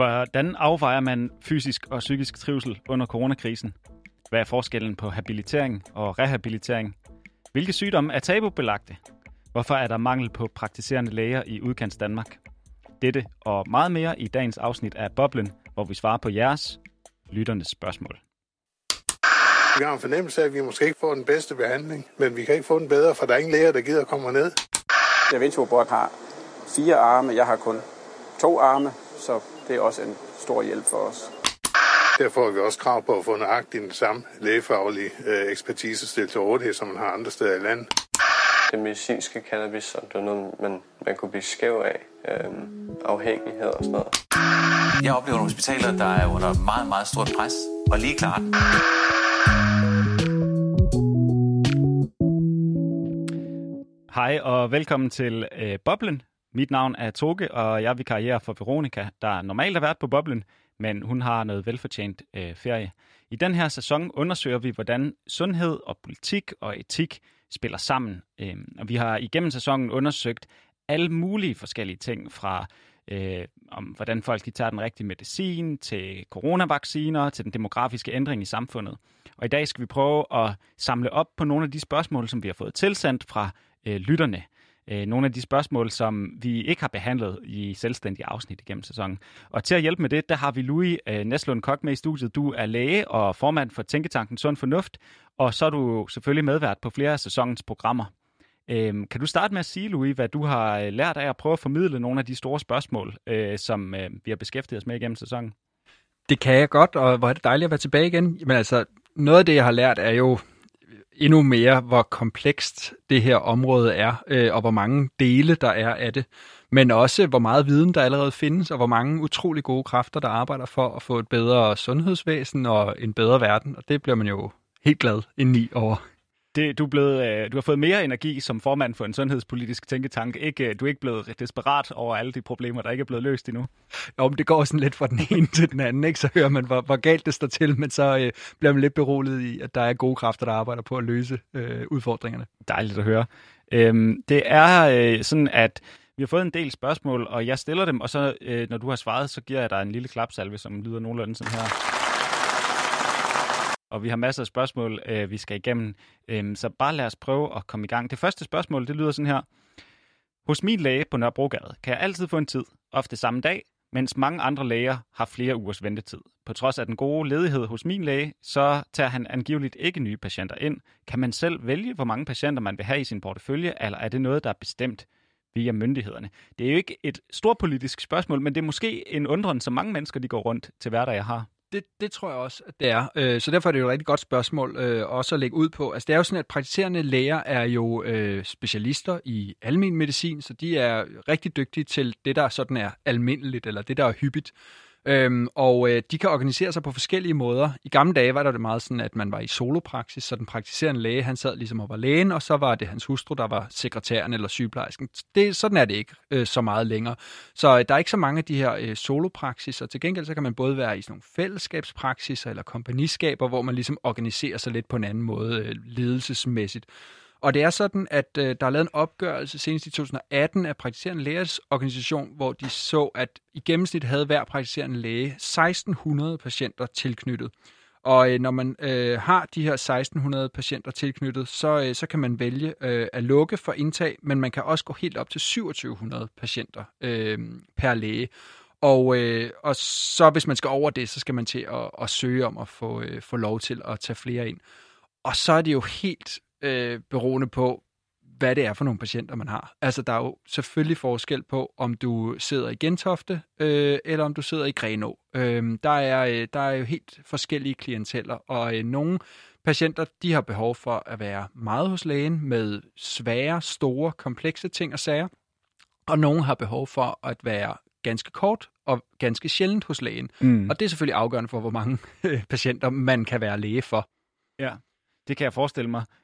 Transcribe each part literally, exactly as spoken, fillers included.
Hvordan afvejer man fysisk og psykisk trivsel under coronakrisen? Hvad er forskellen på habilitering og rehabilitering? Hvilke sygdomme er tabubelagte? Hvorfor er der mangel på praktiserende læger i udkants Danmark? Dette og meget mere i dagens afsnit af Boblen, hvor vi svarer på jeres, lytternes spørgsmål. Vi har en fornemmelse af, at vi måske ikke får den bedste behandling, men vi kan ikke få den bedre, for der er ingen læger, der gider komme ned. Da Vinci Robot har fire arme, jeg har kun to arme, så det er også en stor hjælp for os. Derfor har vi også krav på at få nøjagtigt den samme lægefaglige øh, ekspertise stillet til rådighed, som man har andre steder i landet. Det medicinske cannabis, det er noget, man, man kunne blive skæv af, øhm, afhængighed og sådan noget. Jeg oplever nogle hospitaler, der er under meget, meget stort pres, og lige klart. Hej og velkommen til øh, Boblen. Mit navn er Toge, og jeg vikarierer for Veronica, der normalt har været på Boblen, men hun har noget velfortjent øh, ferie. I den her sæson undersøger vi, hvordan sundhed og politik og etik spiller sammen. Øh, og vi har igennem sæsonen undersøgt alle mulige forskellige ting, fra øh, om hvordan folk de tager den rigtige medicin, til coronavacciner, til den demografiske ændring i samfundet. Og i dag skal vi prøve at samle op på nogle af de spørgsmål, som vi har fået tilsendt fra øh, lytterne. Nogle af de spørgsmål, som vi ikke har behandlet i selvstændige afsnit igennem sæsonen. Og til at hjælpe med det, der har vi Louis Næslund Koch med i studiet. Du er læge og formand for Tænketanken Sund Fornuft, og så er du selvfølgelig medvært på flere af sæsonens programmer. Kan du starte med at sige, Louis, hvad du har lært af at prøve at formidle nogle af de store spørgsmål, som vi har beskæftiget os med igennem sæsonen? Det kan jeg godt, og hvor er det dejligt at være tilbage igen. Men altså, noget af det, jeg har lært, er jo endnu mere, hvor komplekst det her område er, øh, og hvor mange dele der er af det, men også hvor meget viden der allerede findes, og hvor mange utrolig gode kræfter, der arbejder for at få et bedre sundhedsvæsen og en bedre verden, og det bliver man jo helt glad indeni over. Det, du, er blevet, du har fået mere energi som formand for en sundhedspolitisk tænketank. Ikke, du er ikke blevet desperat over alle de problemer, der ikke er blevet løst endnu. Jo, men det går sådan lidt fra den ene til den anden, ikke? Så hører man, hvor, hvor galt det står til, men så øh, bliver man lidt beroliget i, at der er gode kræfter, der arbejder på at løse øh, udfordringerne. Dejligt at høre. Øhm, det er øh, sådan, at vi har fået en del spørgsmål, og jeg stiller dem, og så øh, når du har svaret, så giver jeg dig en lille klapsalve, som lyder nogenlunde sådan her. Og vi har masser af spørgsmål, øh, vi skal igennem. Øhm, så bare lad os prøve at komme i gang. Det første spørgsmål, det lyder sådan her. Hos min læge på Nørrebrogade kan jeg altid få en tid, ofte samme dag, mens mange andre læger har flere ugers ventetid. På trods af den gode ledighed hos min læge, så tager han angiveligt ikke nye patienter ind. Kan man selv vælge, hvor mange patienter man vil have i sin portefølje, eller er det noget, der er bestemt via myndighederne? Det er jo ikke et stort politisk spørgsmål, men det er måske en undren, som mange mennesker de går rundt til hverdag har. Det, det tror jeg også, at det er. Så derfor er det jo et rigtig godt spørgsmål øh, også at lægge ud på. Altså det er jo sådan, at praktiserende læger er jo øh, specialister i almen medicin, så de er rigtig dygtige til det, der sådan er almindeligt, eller det, der er hyppigt. Øhm, og øh, de kan organisere sig på forskellige måder. I gamle dage var der det meget sådan, at man var i solopraksis, så den praktiserende læge, han sad ligesom og var lægen, og så var det hans hustru, der var sekretæren eller sygeplejersken. Det, sådan er det ikke øh, så meget længere. Så øh, der er ikke så mange af de her øh, solopraksiser. Til gengæld så kan man både være i sådan nogle fællesskabspraksiser eller kompagniskaber, hvor man ligesom organiserer sig lidt på en anden måde øh, ledelsesmæssigt. Og det er sådan, at øh, der er lavet en opgørelse senest i to tusind og atten af praktiserende lægers organisation, hvor de så, at i gennemsnit havde hver praktiserende læge seksten hundrede patienter tilknyttet. Og øh, når man øh, har de her seksten hundrede patienter tilknyttet, så, øh, så kan man vælge øh, at lukke for indtag, men man kan også gå helt op til syvogtyve hundrede patienter øh, per læge. Og, øh, og så hvis man skal over det, så skal man til at, at søge om at få, øh, få lov til at tage flere ind. Og så er det jo helt Øh, beroende på, hvad det er for nogle patienter, man har. Altså, der er jo selvfølgelig forskel på, om du sidder i Gentofte, øh, eller om du sidder i Grenaa. Øh, der, er, øh, der er jo helt forskellige klienteller, og øh, nogle patienter, de har behov for at være meget hos lægen med svære, store, komplekse ting og sager, og nogle har behov for at være ganske kort og ganske sjældent hos lægen. Mm. Og det er selvfølgelig afgørende for, hvor mange patienter man kan være læge for. Ja. Det kan jeg forestille mig.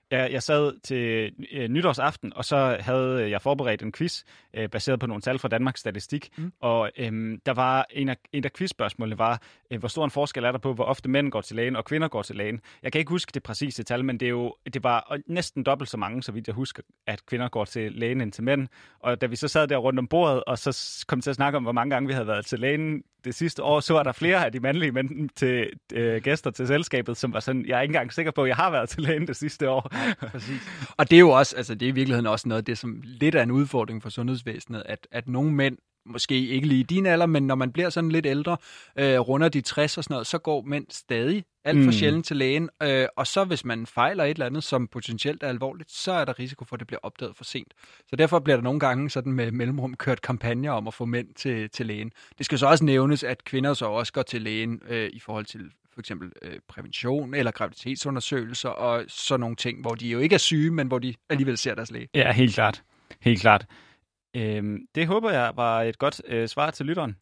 Jeg, jeg sad til øh, nytårsaften, og så havde jeg forberedt en quiz, øh, baseret på nogle tal fra Danmarks Statistik. Mm. Og øh, der var en af, en af quizspørgsmålene var, øh, hvor stor en forskel er der på, hvor ofte mænd går til lægen, og kvinder går til lægen. Jeg kan ikke huske det præcise tal, men det, er jo, det var næsten dobbelt så mange, så vidt jeg husker, at kvinder går til lægen end til mænd. Og da vi så sad der rundt om bordet, og så kom til at snakke om, hvor mange gange vi havde været til lægen det sidste år, så var der flere af de mandlige mænd til øh, gæster til selskabet, som var sådan, jeg er ikke engang sikker på, at jeg har været til lægen det sidste år. Ja, præcis. Og det er jo også, altså det er i virkeligheden også noget af det, som lidt er en udfordring for sundhedsvæsenet, at, at nogle mænd, måske ikke lige i din alder, men når man bliver sådan lidt ældre, øh, runder de tres og sådan noget, så går mænd stadig alt for mm. sjældent til lægen, øh, og så hvis man fejler et eller andet, som potentielt er alvorligt, så er der risiko for, at det bliver opdaget for sent. Så derfor bliver der nogle gange sådan med mellemrum kørt kampagner om at få mænd til, til lægen. Det skal så også nævnes, at kvinder så også går til lægen øh, i forhold til for eksempel øh, prævention eller graviditetsundersøgelser og sådan nogle ting, hvor de jo ikke er syge, men hvor de alligevel ser deres læge. Ja, helt klart. Helt klart. Øhm, det håber jeg var et godt øh, svar til lytteren.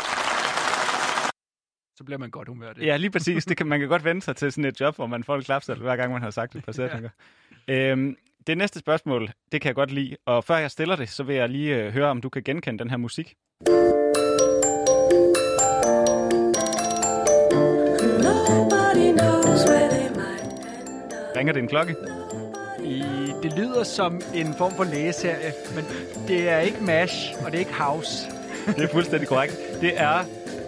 Så bliver man godt humør det. Ja, lige præcis. Det kan, man kan godt vende sig til sådan et job, hvor man får et klapsal, hver gang man har sagt et par sætninger. Ja. Øhm, det næste spørgsmål, det kan jeg godt lide. Og før jeg stiller det, så vil jeg lige øh, høre, om du kan genkende den her musik. Ringer det en klokke? I, det lyder som en form for lægeserie, men det er ikke MASH, og det er ikke House. Det er fuldstændig korrekt. Det er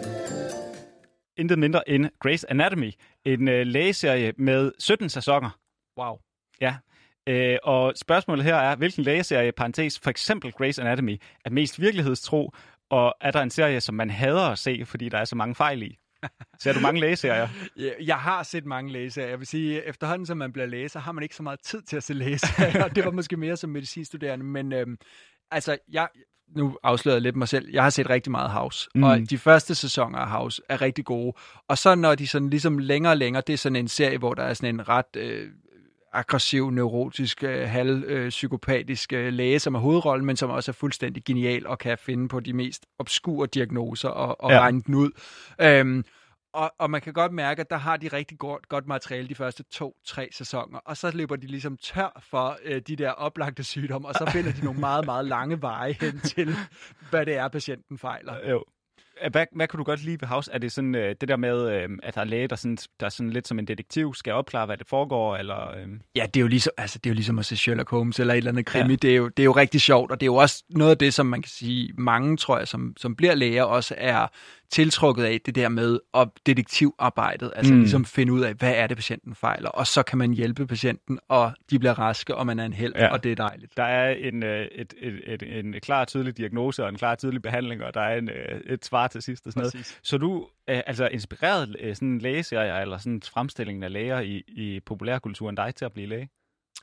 intet mindre end Grey's Anatomy. En øh, lægeserie med sytten sæsoner. Wow. Ja. Øh, og spørgsmålet her er, hvilken lægeserie, parentes, for eksempel Grey's Anatomy, er mest virkelighedstro, og er der en serie, som man hader at se, fordi der er så mange fejl i? Ser du mange lægeserier? Jeg har set mange lægeserier. Jeg vil sige, efterhånden som man bliver læge, så har man ikke så meget tid til at se lægeserier. Det var måske mere som medicinstuderende, men øhm, altså, jeg, nu afslører jeg lidt mig selv, jeg har set rigtig meget House, mm. og de første sæsoner af House er rigtig gode. Og så når de sådan ligesom længere og længere, det er sådan en serie, hvor der er sådan en ret øh, aggressiv, neurotisk, øh, halv øh, psykopatisk øh, læge, som er hovedrollen, men som også er fuldstændig genial og kan finde på de mest obskure diagnoser og, og ja. regne den ud. Øhm, Og, og man kan godt mærke, at der har de rigtig godt, godt materiale de første to-tre sæsoner, og så løber de ligesom tør for øh, de der oplagte sygdomme, og så finder de nogle meget, meget lange veje hen til, hvad det er, patienten fejler. Jo. Hvad, hvad kunne du godt lide ved House? Er det sådan øh, det der med, øh, at der er læge, der, sådan, der er sådan lidt som en detektiv, skal opklare, hvad det foregår? Eller, øh... Ja, det er, jo ligesom, altså, det er jo ligesom at se Sherlock Holmes eller et eller andet krimi. Ja. Det, er jo, det er jo rigtig sjovt, og det er jo også noget af det, som man kan sige, mange, tror jeg, som, som bliver læger, også er tiltrukket af det der med op detektivarbejdet. Altså mm. ligesom finde ud af, hvad er det, patienten fejler, og så kan man hjælpe patienten, og de bliver raske, og man er en helt, ja. og det er dejligt. Der er en, et, et, et, en klar og tydelig diagnose, og en klar og tydelig behandling, og der er en, et svar til sidst. Og sådan noget. Så du er altså inspireret sådan lægeserier, eller sådan fremstillingen af læger i, i populærkulturen dig til at blive læge?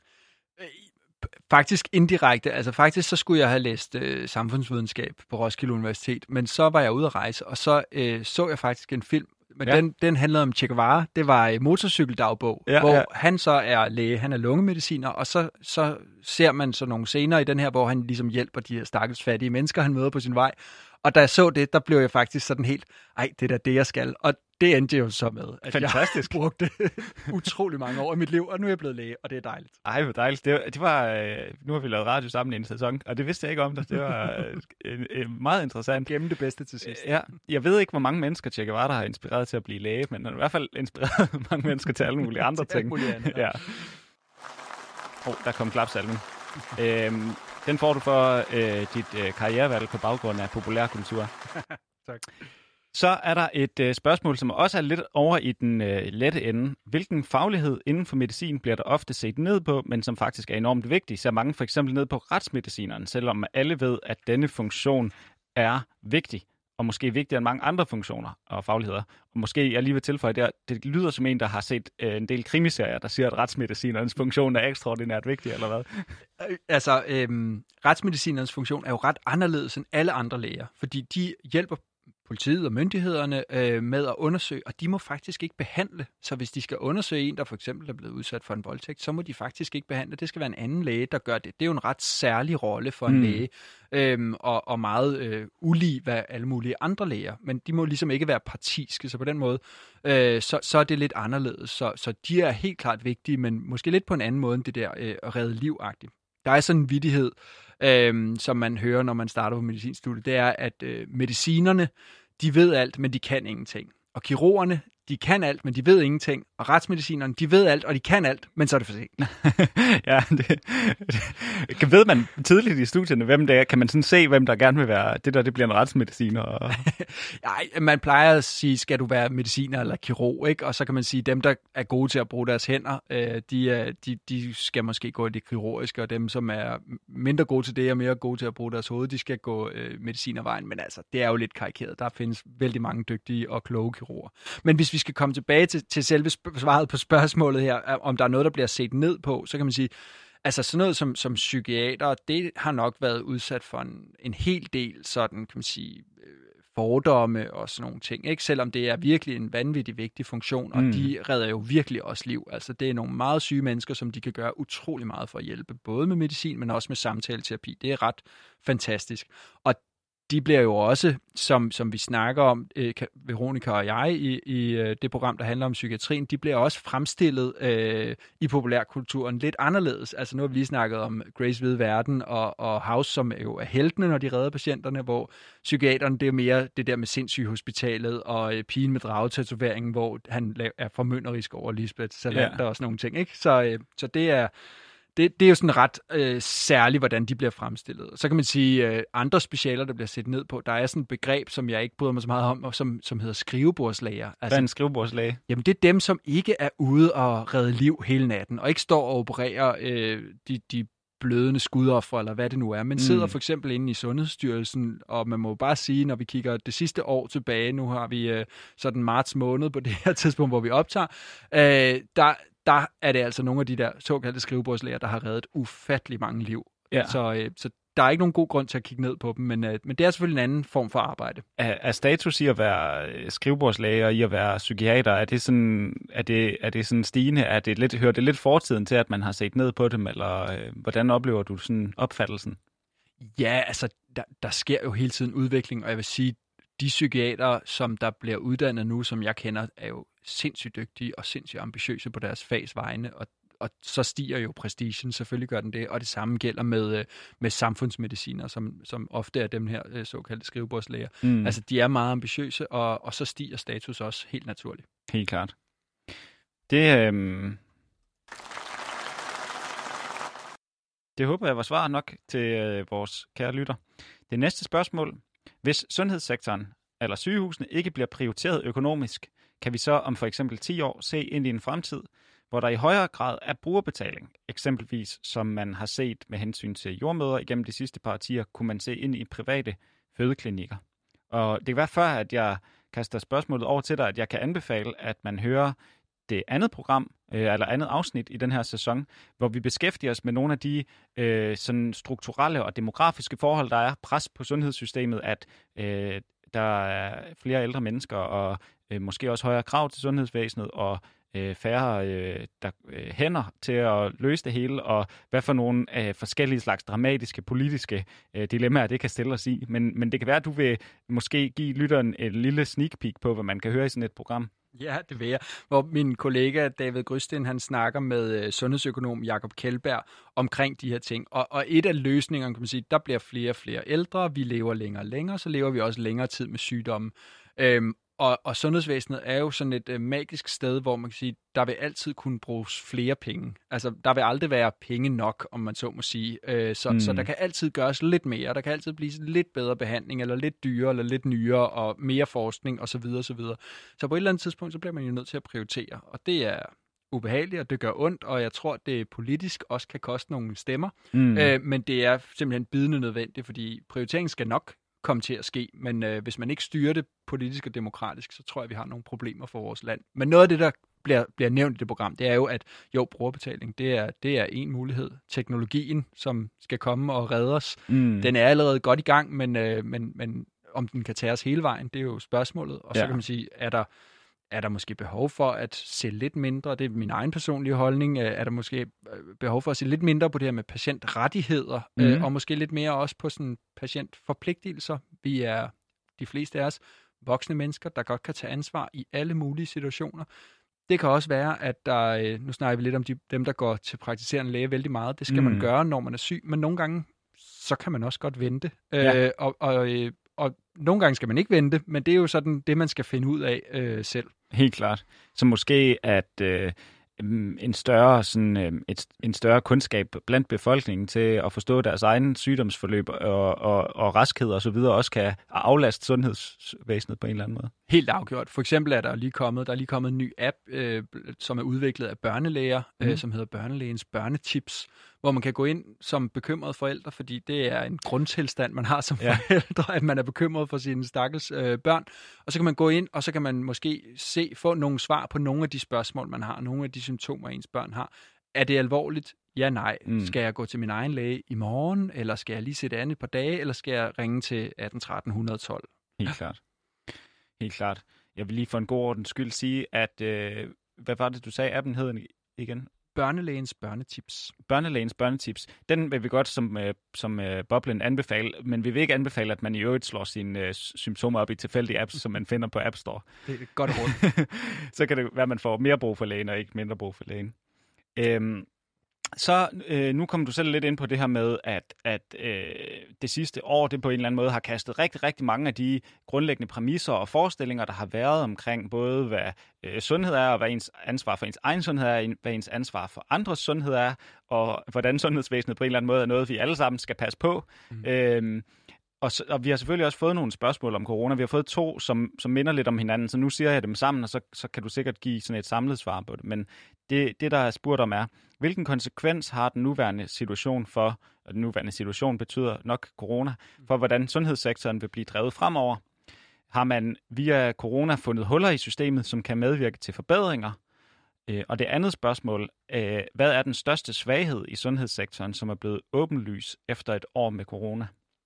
Faktisk indirekte. Altså faktisk så skulle jeg have læst øh, samfundsvidenskab på Roskilde Universitet, men så var jeg ude at rejse, og så øh, så jeg faktisk en film, men ja. den, den handlede om Che Guevara. Det var en motorcykeldagbog, ja, hvor ja. han så er læge, han er lungemediciner, og så, så ser man så nogle scener i den her, hvor han ligesom hjælper de her stakkels fattige mennesker, han møder på sin vej. Og da jeg så det, der blev jeg faktisk sådan helt, ej, det er da det, jeg skal. Og det endte jo så med, at Fantastisk. jeg brugte utrolig mange år i mit liv, og nu er jeg blevet læge, og det er dejligt. Ej, hvor dejligt. Det var, det var øh, nu har vi lavet radio sammen i en sæson, og det vidste jeg ikke om dig. Det var øh, en, en meget interessant. Gemme det bedste til sidst. Ja, jeg ved ikke, hvor mange mennesker Che Guevara der har inspireret til at blive læge, men han har i hvert fald inspireret mange mennesker til alle mulige andre ting. Mulige andre. Ja. Oh, der kom klapsalven. øhm, den får du for øh, dit øh, karrierevalg på baggrund af populærkultur. Tak. Så er der et øh, spørgsmål, som også er lidt over i den øh, lette ende. Hvilken faglighed inden for medicin bliver der ofte set ned på, men som faktisk er enormt vigtig? Ser mange for eksempel ned på retsmedicineren, selvom alle ved, at denne funktion er vigtig, og måske vigtigere end mange andre funktioner og fagligheder. Og måske, jeg lige vil tilføje det, det lyder som en, der har set øh, en del krimiserier, der siger, at retsmedicinernes funktion er ekstraordinært vigtig, eller hvad? Altså, øhm, retsmedicinernes funktion er jo ret anderledes end alle andre læger, fordi de hjælper politiet og myndighederne øh, med at undersøge, og de må faktisk ikke behandle. Så hvis de skal undersøge en, der for eksempel er blevet udsat for en voldtægt, så må de faktisk ikke behandle. Det skal være en anden læge, der gør det. Det er jo en ret særlig rolle for en mm. læge, øhm, og, og meget øh, ulig hvad alle mulige andre læger. Men de må ligesom ikke være partiske, så på den måde, øh, så, så er det lidt anderledes. Så, så de er helt klart vigtige, men måske lidt på en anden måde end det der øh, at redde liv-agtigt. Der er sådan en vittighed, øh, som man hører, når man starter på medicinstudiet, det er, at øh, medicinerne, de ved alt, men de kan ingenting. Og kirurgerne, de kan alt, men de ved ingenting. Og retsmedicinerne, de ved alt, og de kan alt, men så er det for sent. ja, det, det ved man tidligt i studierne, hvem det er. Kan man sådan se, hvem der gerne vil være, det der, det bliver en retsmediciner? Og... Nej, man plejer at sige, skal du være mediciner eller kirurg, ikke? Og så kan man sige, dem, der er gode til at bruge deres hænder, øh, de, de, de skal måske gå i det kirurgiske, og dem, som er mindre gode til det, og mere gode til at bruge deres hoved, de skal gå øh, medicinervejen. Men altså, det er jo lidt karikeret. Der findes vældig mange dygtige og kloge kirurger. Men hvis vi skal komme tilbage til, til selve svaret på spørgsmålet her, om der er noget, der bliver set ned på, så kan man sige, altså sådan noget som, som psykiater, det har nok været udsat for en, en hel del sådan, kan man sige, fordomme og sådan nogle ting, ikke? Selvom det er virkelig en vanvittig vigtig funktion, og mm. de redder jo virkelig også liv. Altså det er nogle meget syge mennesker, som de kan gøre utrolig meget for at hjælpe, både med medicin, men også med samtaleterapi. Det er ret fantastisk. Og de bliver jo også, som, som vi snakker om, øh, Veronica og jeg, i, i øh, det program, der handler om psykiatrien, de bliver også fremstillet øh, i populærkulturen lidt anderledes. Altså nu har vi lige snakket om Grace Hvide Verden og, og House, som jo er heltene, når de redder patienterne, hvor psykiateren, det er mere det der med sindssygehospitalet og øh, pigen med dragetatoveringen, hvor han er formynderisk over Lisbeth Salander ja. Og sådan nogle ting. Ikke? Så, øh, så det er... Det, det er jo sådan ret øh, særligt, hvordan de bliver fremstillet. Så kan man sige, øh, andre specialer, der bliver set ned på, der er sådan et begreb, som jeg ikke bryder mig så meget om, og som, som hedder skrivebordslæger. Altså, hvad er en skrivebordslæge? Jamen, det er dem, som ikke er ude og redde liv hele natten, og ikke står og opererer øh, de, de blødende skudoffere, eller hvad det nu er, men sidder mm. for eksempel inde i Sundhedsstyrelsen, og man må bare sige, når vi kigger det sidste år tilbage, nu har vi øh, sådan marts måned på det her tidspunkt, hvor vi optager, øh, der der er det altså nogle af de der såkaldte skrivebordslæger, der har reddet ufattelig mange liv. Ja. Så, øh, så der er ikke nogen god grund til at kigge ned på dem, men, øh, men det er selvfølgelig en anden form for arbejde. Er, er status i at være skrivebordslæge og i at være psykiater, er det sådan, er det, er det sådan stigende? Er det lidt, hører det lidt fortiden til, at man har set ned på dem, eller øh, hvordan oplever du sådan opfattelsen? Ja, altså, der, der sker jo hele tiden udvikling, og jeg vil sige, de psykiater, som der bliver uddannet nu, som jeg kender, er jo sindssygt dygtige og sindssygt ambitiøse på deres fags vegne, og, og så stiger jo prestigen, selvfølgelig gør den det, og det samme gælder med, med samfundsmediciner, som, som ofte er dem her såkaldte skrivebordslæger. Mm. Altså, de er meget ambitiøse, og, og så stiger status også helt naturligt. Helt klart. Det, øh... det håber jeg var svar nok til øh, vores kære lytter. Det næste spørgsmål: hvis sundhedssektoren eller sygehusene ikke bliver prioriteret økonomisk, kan vi så om for eksempel ti år se ind i en fremtid, hvor der i højere grad er brugerbetaling, eksempelvis som man har set med hensyn til jordmødre igennem de sidste par årtier, kunne man se ind i private fødeklinikker. Og det kan være før, at jeg kaster spørgsmålet over til dig, at jeg kan anbefale, at man hører det andet program, øh, eller andet afsnit i den her sæson, hvor vi beskæftiger os med nogle af de øh, sådan strukturelle og demografiske forhold, der er pres på sundhedssystemet, at øh, der er flere ældre mennesker, og øh, måske også højere krav til sundhedsvæsenet, og øh, færre øh, der, øh, hænder til at løse det hele, og hvad for nogle øh, forskellige slags dramatiske, politiske øh, dilemmaer det kan stille os i. Men, men det kan være, at du vil måske give lytteren et lille sneak peek på, hvad man kan høre i sådan et program. Ja, det vil jeg. Hvor min kollega David Grysten, han snakker med øh, sundhedsøkonom Jakob Kjeldberg omkring de her ting. Og, og et af løsningerne, kan man sige, der bliver flere og flere ældre, vi lever længere og længere, så lever vi også længere tid med sygdomme. Øhm, og, og sundhedsvæsenet er jo sådan et øh, magisk sted, hvor man kan sige, der vil altid kunne bruges flere penge. Altså, der vil aldrig være penge nok, om man så må sige. Øh, så, mm. så der kan altid gøres lidt mere. Der kan altid blive lidt bedre behandling, eller lidt dyrere, eller lidt nyere, og mere forskning, osv. osv. Så på et eller andet tidspunkt, så bliver man jo nødt til at prioritere. Og det er ubehageligt, og det gør ondt, og jeg tror, det politisk også kan koste nogle stemmer. Mm. Øh, men det er simpelthen bidende nødvendigt, fordi prioritering skal nok komme til at ske, men øh, hvis man ikke styrer det politisk og demokratisk, så tror jeg, vi har nogle problemer for vores land. Men noget af det, der bliver, bliver nævnt i det program, det er jo, at jo, brugerbetaling, det er, det er en mulighed. Teknologien, som skal komme og redde os, mm. den er allerede godt i gang, men, øh, men, men om den kan tages hele vejen, det er jo spørgsmålet. Og så Ja. kan man sige, er der, er der måske behov for at se lidt mindre, det er min egen personlige holdning, øh, er der måske behov for at se lidt mindre på det her med patientrettigheder, Mhm. øh, og måske lidt mere også på sådan patientforpligtelser. Vi er de fleste af os voksne mennesker, der godt kan tage ansvar i alle mulige situationer. Det kan også være, at der, øh, nu snakker vi lidt om de, dem, der går til praktiserende læge vældig meget. Det skal mm. man gøre, når man er syg, men nogle gange, så kan man også godt vente. Ja. Øh, og, og, øh, og nogle gange skal man ikke vente, men det er jo sådan det, man skal finde ud af øh, selv. Helt klart. Så måske at øh, en større sådan øh, et, en større kundskab blandt befolkningen til at forstå deres egen sygdomsforløb og, og, og raskhed og så videre også kan aflaste sundhedsvæsenet på en eller anden måde. Helt afgjort. For eksempel er der lige kommet, der er lige kommet en ny app, øh, som er udviklet af børnelæger, mm. øh, som hedder Børnelægens Børnetips, hvor man kan gå ind som bekymrede forældre, fordi det er en grundtilstand, man har som Ja. forældre, at man er bekymret for sine stakkels øh, børn. Og så kan man gå ind, og så kan man måske se, få nogle svar på nogle af de spørgsmål, man har, nogle af de symptomer, ens børn har. Er det alvorligt? Ja, nej. Mm. Skal jeg gå til min egen læge i morgen, eller skal jeg lige se det andet et par dage, eller skal jeg ringe til atten tretten et hundrede og tolv? Helt klart. Helt klart. Jeg vil lige for en god ordens skyld sige, at øh, hvad var det, du sagde, appen hed igen? Børnelægens Børnetips. Børnelægens Børnetips. Den vil vi godt som, øh, som øh, Boblen anbefale, men vi vil ikke anbefale, at man i øvrigt slår sine øh, symptomer op i tilfældige apps, som man finder på App Store. Det er et godt råd. Så kan det være, at man får mere brug for lægen, og ikke mindre brug for lægen. Øhm, så øh, nu kommer du selv lidt ind på det her med, at, at øh, det sidste år, det på en eller anden måde har kastet rigtig, rigtig mange af de grundlæggende præmisser og forestillinger, der har været omkring både, hvad øh, sundhed er, og hvad ens ansvar for ens egen sundhed er, hvad ens ansvar for andres sundhed er, og hvordan sundhedsvæsenet på en eller anden måde er noget, vi alle sammen skal passe på. Mm. Øhm, Og, så, og vi har selvfølgelig også fået nogle spørgsmål om corona. Vi har fået to, som, som minder lidt om hinanden, så nu siger jeg dem sammen, og så, så kan du sikkert give sådan et samlet svar på det. Men det, det, der er spurgt om er, hvilken konsekvens har den nuværende situation for, og den nuværende situation betyder nok corona, for hvordan sundhedssektoren vil blive drevet fremover? Har man via corona fundet huller i systemet, som kan medvirke til forbedringer? Og det andet spørgsmål, hvad er den største svaghed i sundhedssektoren, som er blevet åbenlys efter et år med corona?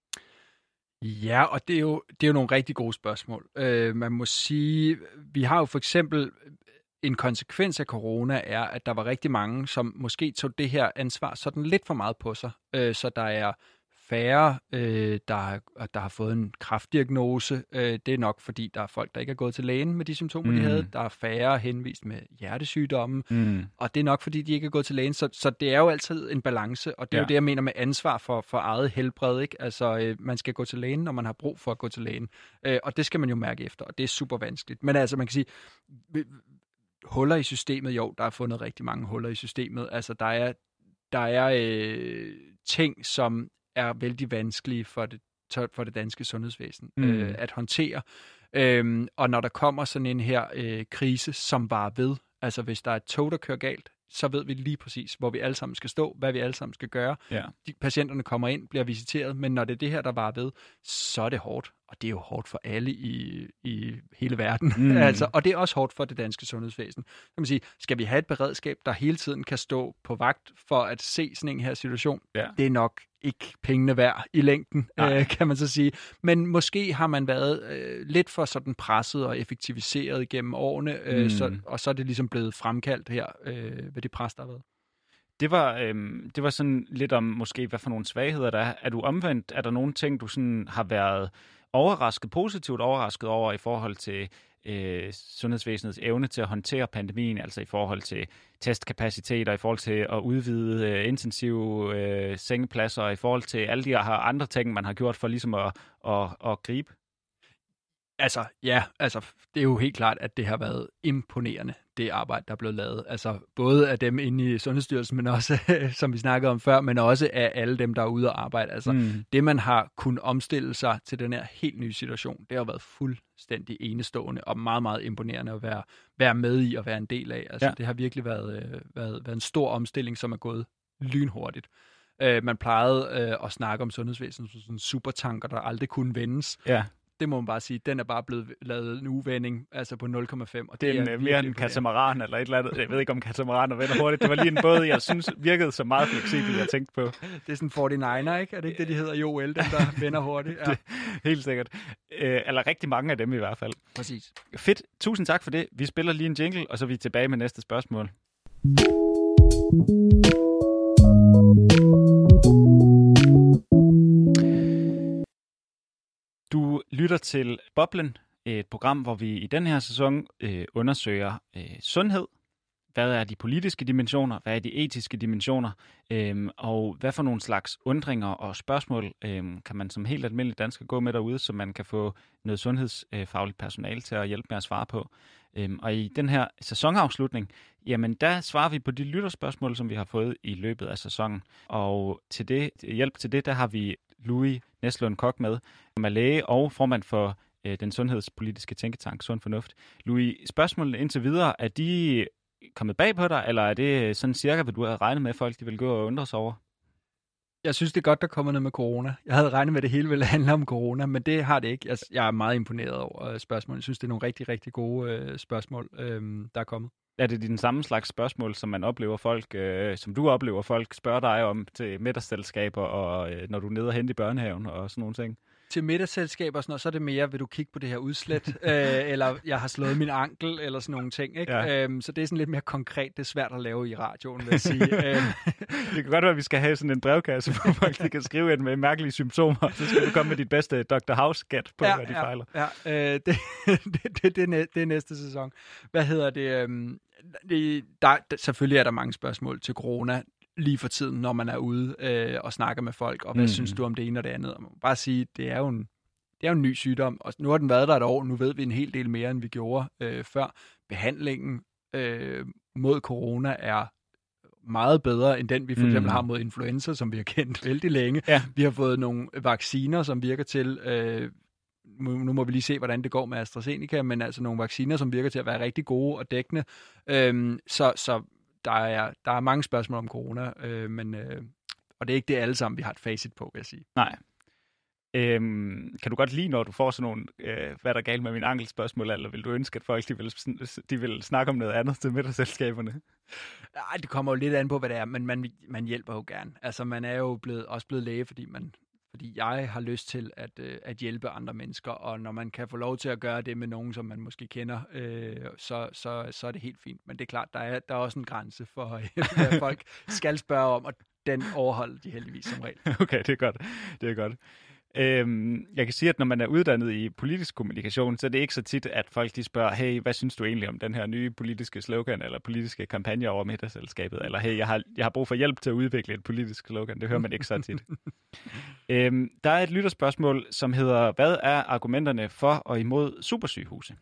Ja, og det er jo, det er jo nogle rigtig gode spørgsmål. Øh, man må sige, vi har jo for eksempel en konsekvens af corona er, at der var rigtig mange, som måske tog det her ansvar sådan lidt for meget på sig. Øh, så der er færre, øh, der, der har fået en kræftdiagnose. Øh, det er nok, fordi der er folk, der ikke er gået til lægen med de symptomer, mm. de havde. Der er færre henvist med hjertesygdomme, mm. og det er nok, fordi de ikke er gået til lægen. Så, så det er jo altid en balance, og det er ja. jo det, jeg mener med ansvar for, for eget helbred. Ikke? Altså, øh, man skal gå til lægen, når man har brug for at gå til lægen. Øh, og det skal man jo mærke efter, og det er super vanskeligt. Men altså, man kan sige, huller i systemet, jo, der er fundet rigtig mange huller i systemet. Altså, der er, der er øh, ting, som er vældig vanskelige for det, for det danske sundhedsvæsen mm. øh, at håndtere. Øhm, og når der kommer sådan en her øh, krise, som var ved, altså hvis der er et tog, der kører galt, så ved vi lige præcis, hvor vi alle sammen skal stå, hvad vi alle sammen skal gøre. Ja. De, patienterne kommer ind, bliver visiteret, men når det er det her, der var ved, så er det hårdt. Og det er jo hårdt for alle i, i hele verden. Mm. altså, og det er også hårdt for det danske sundhedsvæsen. Kan man sige, skal vi have et beredskab, der hele tiden kan stå på vagt for at se sådan en her situation? Ja. Det er nok ikke pengene værd i længden, øh, kan man så sige. Men måske har man været øh, lidt for sådan presset og effektiviseret igennem årene, øh, mm. så, og så er det ligesom blevet fremkaldt her øh, ved det pres, der har været. Det var, øhm, det var sådan lidt om måske, hvad for nogle svagheder der er. Er du omvendt? Er der nogle ting, du sådan har været overrasket, positivt overrasket over i forhold til øh, sundhedsvæsenets evne til at håndtere pandemien, altså i forhold til testkapaciteter, i forhold til at udvide øh, intensive øh, sengepladser, og i forhold til alle de her andre ting, man har gjort for ligesom at, at, at gribe? Altså, ja, altså, det er jo helt klart, at det har været imponerende, det arbejde, der er blevet lavet. Altså, både af dem inde i Sundhedsstyrelsen, men også, som vi snakkede om før, men også af alle dem, der er ude at arbejde. Altså, mm. det, man har kunnet omstille sig til den her helt nye situation, det har været fuldstændig enestående og meget, meget imponerende at være, være med i og være en del af. Altså, ja. Det har virkelig været, øh, været, været en stor omstilling, som er gået lynhurtigt. Uh, man plejede uh, at snakke om sundhedsvæsenet som sådan supertanker, der aldrig kunne vendes. Ja. det må man bare sige, den er bare blevet lavet en uvending, altså på nul komma fem. Og det er, det er mere en katamaran eller et eller andet. Jeg ved ikke, om katamaraner vender hurtigt. Det var lige en båd, jeg synes virkede så meget fleksibel, jeg tænkte på. Det er sådan forty-niner, ikke? Er det ikke det, de hedder? Jo, el, den der vender hurtigt. Ja. Det, helt sikkert. Øh, eller rigtig mange af dem i hvert fald. Præcis. Fedt. Tusind tak for det. Vi spiller lige en jingle, og så er vi tilbage med næste spørgsmål. Du lytter til Boblen, et program, hvor vi i den her sæson øh, undersøger øh, sundhed. Hvad er de politiske dimensioner? Hvad er de etiske dimensioner? Øhm, og hvad for nogle slags undringer og spørgsmål øhm, kan man som helt almindelig dansker gå med derude, så man kan få noget sundhedsfagligt personale til at hjælpe med at svare på? Øhm, og i den her sæsonafslutning, jamen der svarer vi på de lytterspørgsmål, som vi har fået i løbet af sæsonen. Og til det, hjælp til det, der har vi Louis Næslund Koch med, som er læge og formand for øh, den sundhedspolitiske tænketank Sund Fornuft. Louis, spørgsmålene indtil videre, er de kommet bag på dig, eller er det sådan cirka, hvad du havde regnet med, at folk de vil gå og undre sig over? Jeg synes, det er godt, der kommer noget med corona. Jeg havde regnet med, at det hele ville handle om corona, men det har det ikke. Jeg, jeg er meget imponeret over spørgsmålene. Jeg synes, det er nogle rigtig, rigtig gode øh, spørgsmål, øh, der er kommet. Er det den samme slags spørgsmål, som man oplever folk, øh, som du oplever folk spørger dig om til middagsselskaber, og øh, når du er nede og hente i børnehaven og sådan nogle ting? Til middagsselskaber og sådan noget, så er det mere, vil du kigge på det her udslæt, øh, eller jeg har slået min ankel, eller sådan nogle ting. Ikke? Ja. Øhm, så det er sådan lidt mere konkret. Det er svært at lave i radioen, vil jeg sige. Det kan godt være, at vi skal have sådan en brevkasse, hvor folk de kan skrive ind med mærkelige symptomer, så skal du komme med dit bedste doktor House-skat på, ja, hvad de ja, fejler. Ja, øh, det, det, det, det, det er næste sæson. Hvad hedder det? Øhm, det der, selvfølgelig er der mange spørgsmål til corona lige for tiden, når man er ude øh, og snakker med folk, og hvad mm. synes du om det ene og det andet? Og man må bare sige, det er jo en, det er jo en ny sygdom, og nu har den været der et år, nu ved vi en hel del mere, end vi gjorde øh, før. Behandlingen øh, mod corona er meget bedre, end den vi for eksempel mm. har mod influenza, som vi har kendt vældig længe. Ja. Vi har fået nogle vacciner, som virker til, øh, nu må vi lige se, hvordan det går med AstraZeneca, men altså nogle vacciner, som virker til at være rigtig gode og dækkende. Øh, så, så Der er, der er mange spørgsmål om corona, øh, men, øh, og det er ikke det alle sammen, vi har et facit på, vil jeg sige. Nej. Øhm, kan du godt lide, når du får sådan nogle, øh, hvad der er galt med min ankelspørgsmål, eller vil du ønske, at folk de vil, de vil snakke om noget andet til middagsselskaberne? Nej, det kommer jo lidt an på, hvad det er, men man, man hjælper jo gerne. Altså, man er jo blevet, også blevet læge, fordi man fordi jeg har lyst til at, øh, at hjælpe andre mennesker, og når man kan få lov til at gøre det med nogen, som man måske kender, øh, så, så, så er det helt fint. Men det er klart, der er, der er også en grænse for, hvad folk skal spørge om, og den overholder de heldigvis som regel. Okay, det er godt. Det er godt. Øhm, jeg kan sige, at når man er uddannet i politisk kommunikation, så er det ikke så tit, at folk de spørger, hey, hvad synes du egentlig om den her nye politiske slogan, eller politiske kampagne over middagsselskabet, eller hey, jeg har, jeg har brug for hjælp til at udvikle et politisk slogan. Det hører man ikke så tit. øhm, der er et lytterspørgsmål, som hedder, hvad er argumenterne for og imod supersygehuse?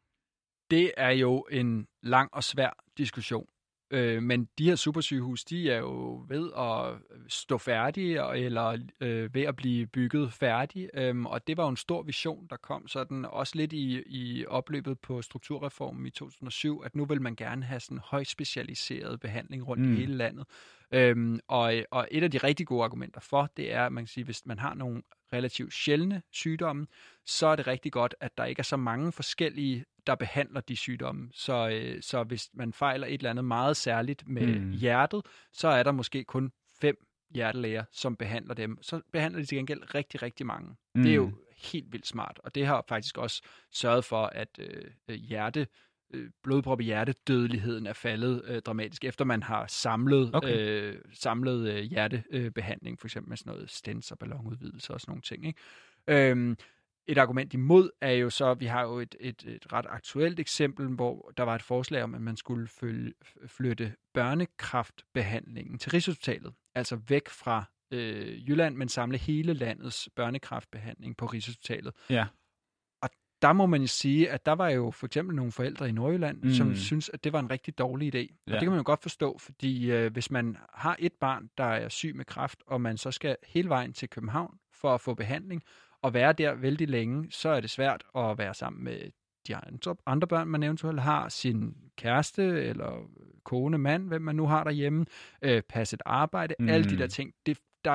Det er jo en lang og svær diskussion. Øh, men de her supersygehus, de er jo ved at stå færdige, eller øh, ved at blive bygget færdige, øhm, og det var jo en stor vision, der kom sådan også lidt i, i opløbet på strukturreformen i to tusind og syv, at nu vil man gerne have sådan højspecialiseret behandling rundt mm. i hele landet. Øhm, og, og et af de rigtig gode argumenter for, det er, at man kan sige, hvis man har nogle relativt sjældne sygdomme, så er det rigtig godt, at der ikke er så mange forskellige, der behandler de sygdomme. Så, øh, så hvis man fejler et eller andet meget særligt med mm. hjertet, så er der måske kun fem hjertelæger, som behandler dem. Så behandler de til gengæld rigtig, rigtig mange. Mm. Det er jo helt vildt smart, og det har faktisk også sørget for, at øh, hjerte blodprop i hjertedødeligheden er faldet øh, dramatisk, efter man har samlet, okay. øh, samlet øh, hjertebehandling, for eksempel med sådan noget stents og ballonudvidelse og sådan nogle ting. Ikke? Øhm, et argument imod er jo så, vi har jo et, et, et ret aktuelt eksempel, hvor der var et forslag om, at man skulle følge, flytte børnekræftbehandlingen til Rigshospitalet, altså væk fra øh, Jylland, men samle hele landets børnekræftbehandling på Rigshospitalet. Ja. Der må man jo sige, at der var jo for eksempel nogle forældre i Nordjylland, mm. som synes, at det var en rigtig dårlig idé. Ja. Og det kan man jo godt forstå, fordi øh, hvis man har et barn, der er syg med kræft, og man så skal hele vejen til København for at få behandling, og være der vældig længe, så er det svært at være sammen med de andre børn, man eventuelt har, sin kæreste eller kone, mand, hvem man nu har derhjemme, øh, passe et arbejde, mm. alle de der ting. Det, der er jo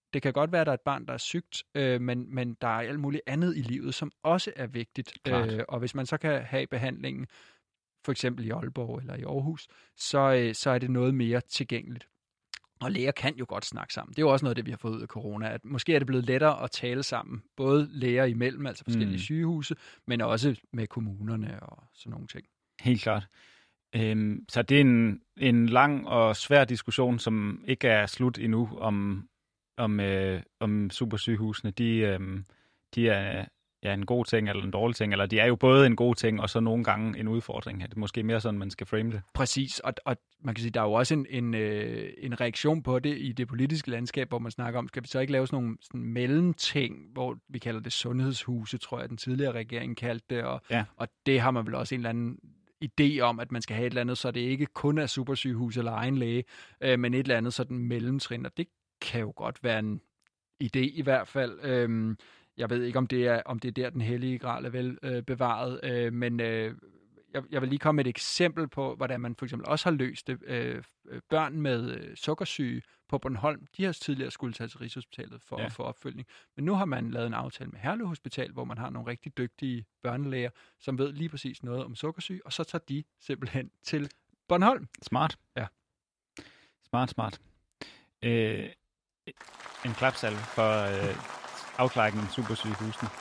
Det kan godt være, at der er et barn, der er sygt, øh, men, men der er alt muligt andet i livet, som også er vigtigt. Øh, og hvis man så kan have behandlingen, for eksempel i Aalborg eller i Aarhus, så, øh, så er det noget mere tilgængeligt. Og læger kan jo godt snakke sammen. Det er jo også noget af det, vi har fået ud af corona, at måske er det blevet lettere at tale sammen, både læger imellem, altså forskellige mm. sygehuse, men også med kommunerne og sådan nogle ting. Helt klart. Øhm, så det er en, en lang og svær diskussion, som ikke er slut endnu, om, om, øh, om supersygehusene. De, øh, de er ja, en god ting eller en dårlig ting, eller de er jo både en god ting, og så nogle gange en udfordring. Det er måske mere sådan, man skal frame det. Præcis, og, og man kan sige, der er jo også en, en, øh, en reaktion på det i det politiske landskab, hvor man snakker om, skal vi så ikke lave sådan nogle sådan mellemting, hvor vi kalder det sundhedshuse, tror jeg, den tidligere regering kaldte det, og, ja. og det har man vel også en eller anden idé om, at man skal have et eller andet, så det ikke kun er supersygehus eller egen læge, øh, men et eller andet sådan mellemtrin, og det kan jo godt være en idé i hvert fald. Øh, Jeg ved ikke, om det er, om det er der, den hellige gral er vel øh, bevaret, øh, men øh, jeg, jeg vil lige komme med et eksempel på, hvordan man for eksempel også har løst det. Øh, børn med øh, sukkersyge på Bornholm, de har tidligere skulle tage til Rigshospitalet for ja. at få opfølgning. Men nu har man lavet en aftale med Herlev Hospital, hvor man har nogle rigtig dygtige børnelæger, som ved lige præcis noget om sukkersyge, og så tager de simpelthen til Bornholm. Smart. Ja. Smart, smart. Øh, en klapsalve for øh, afklaringen om supersygehusene.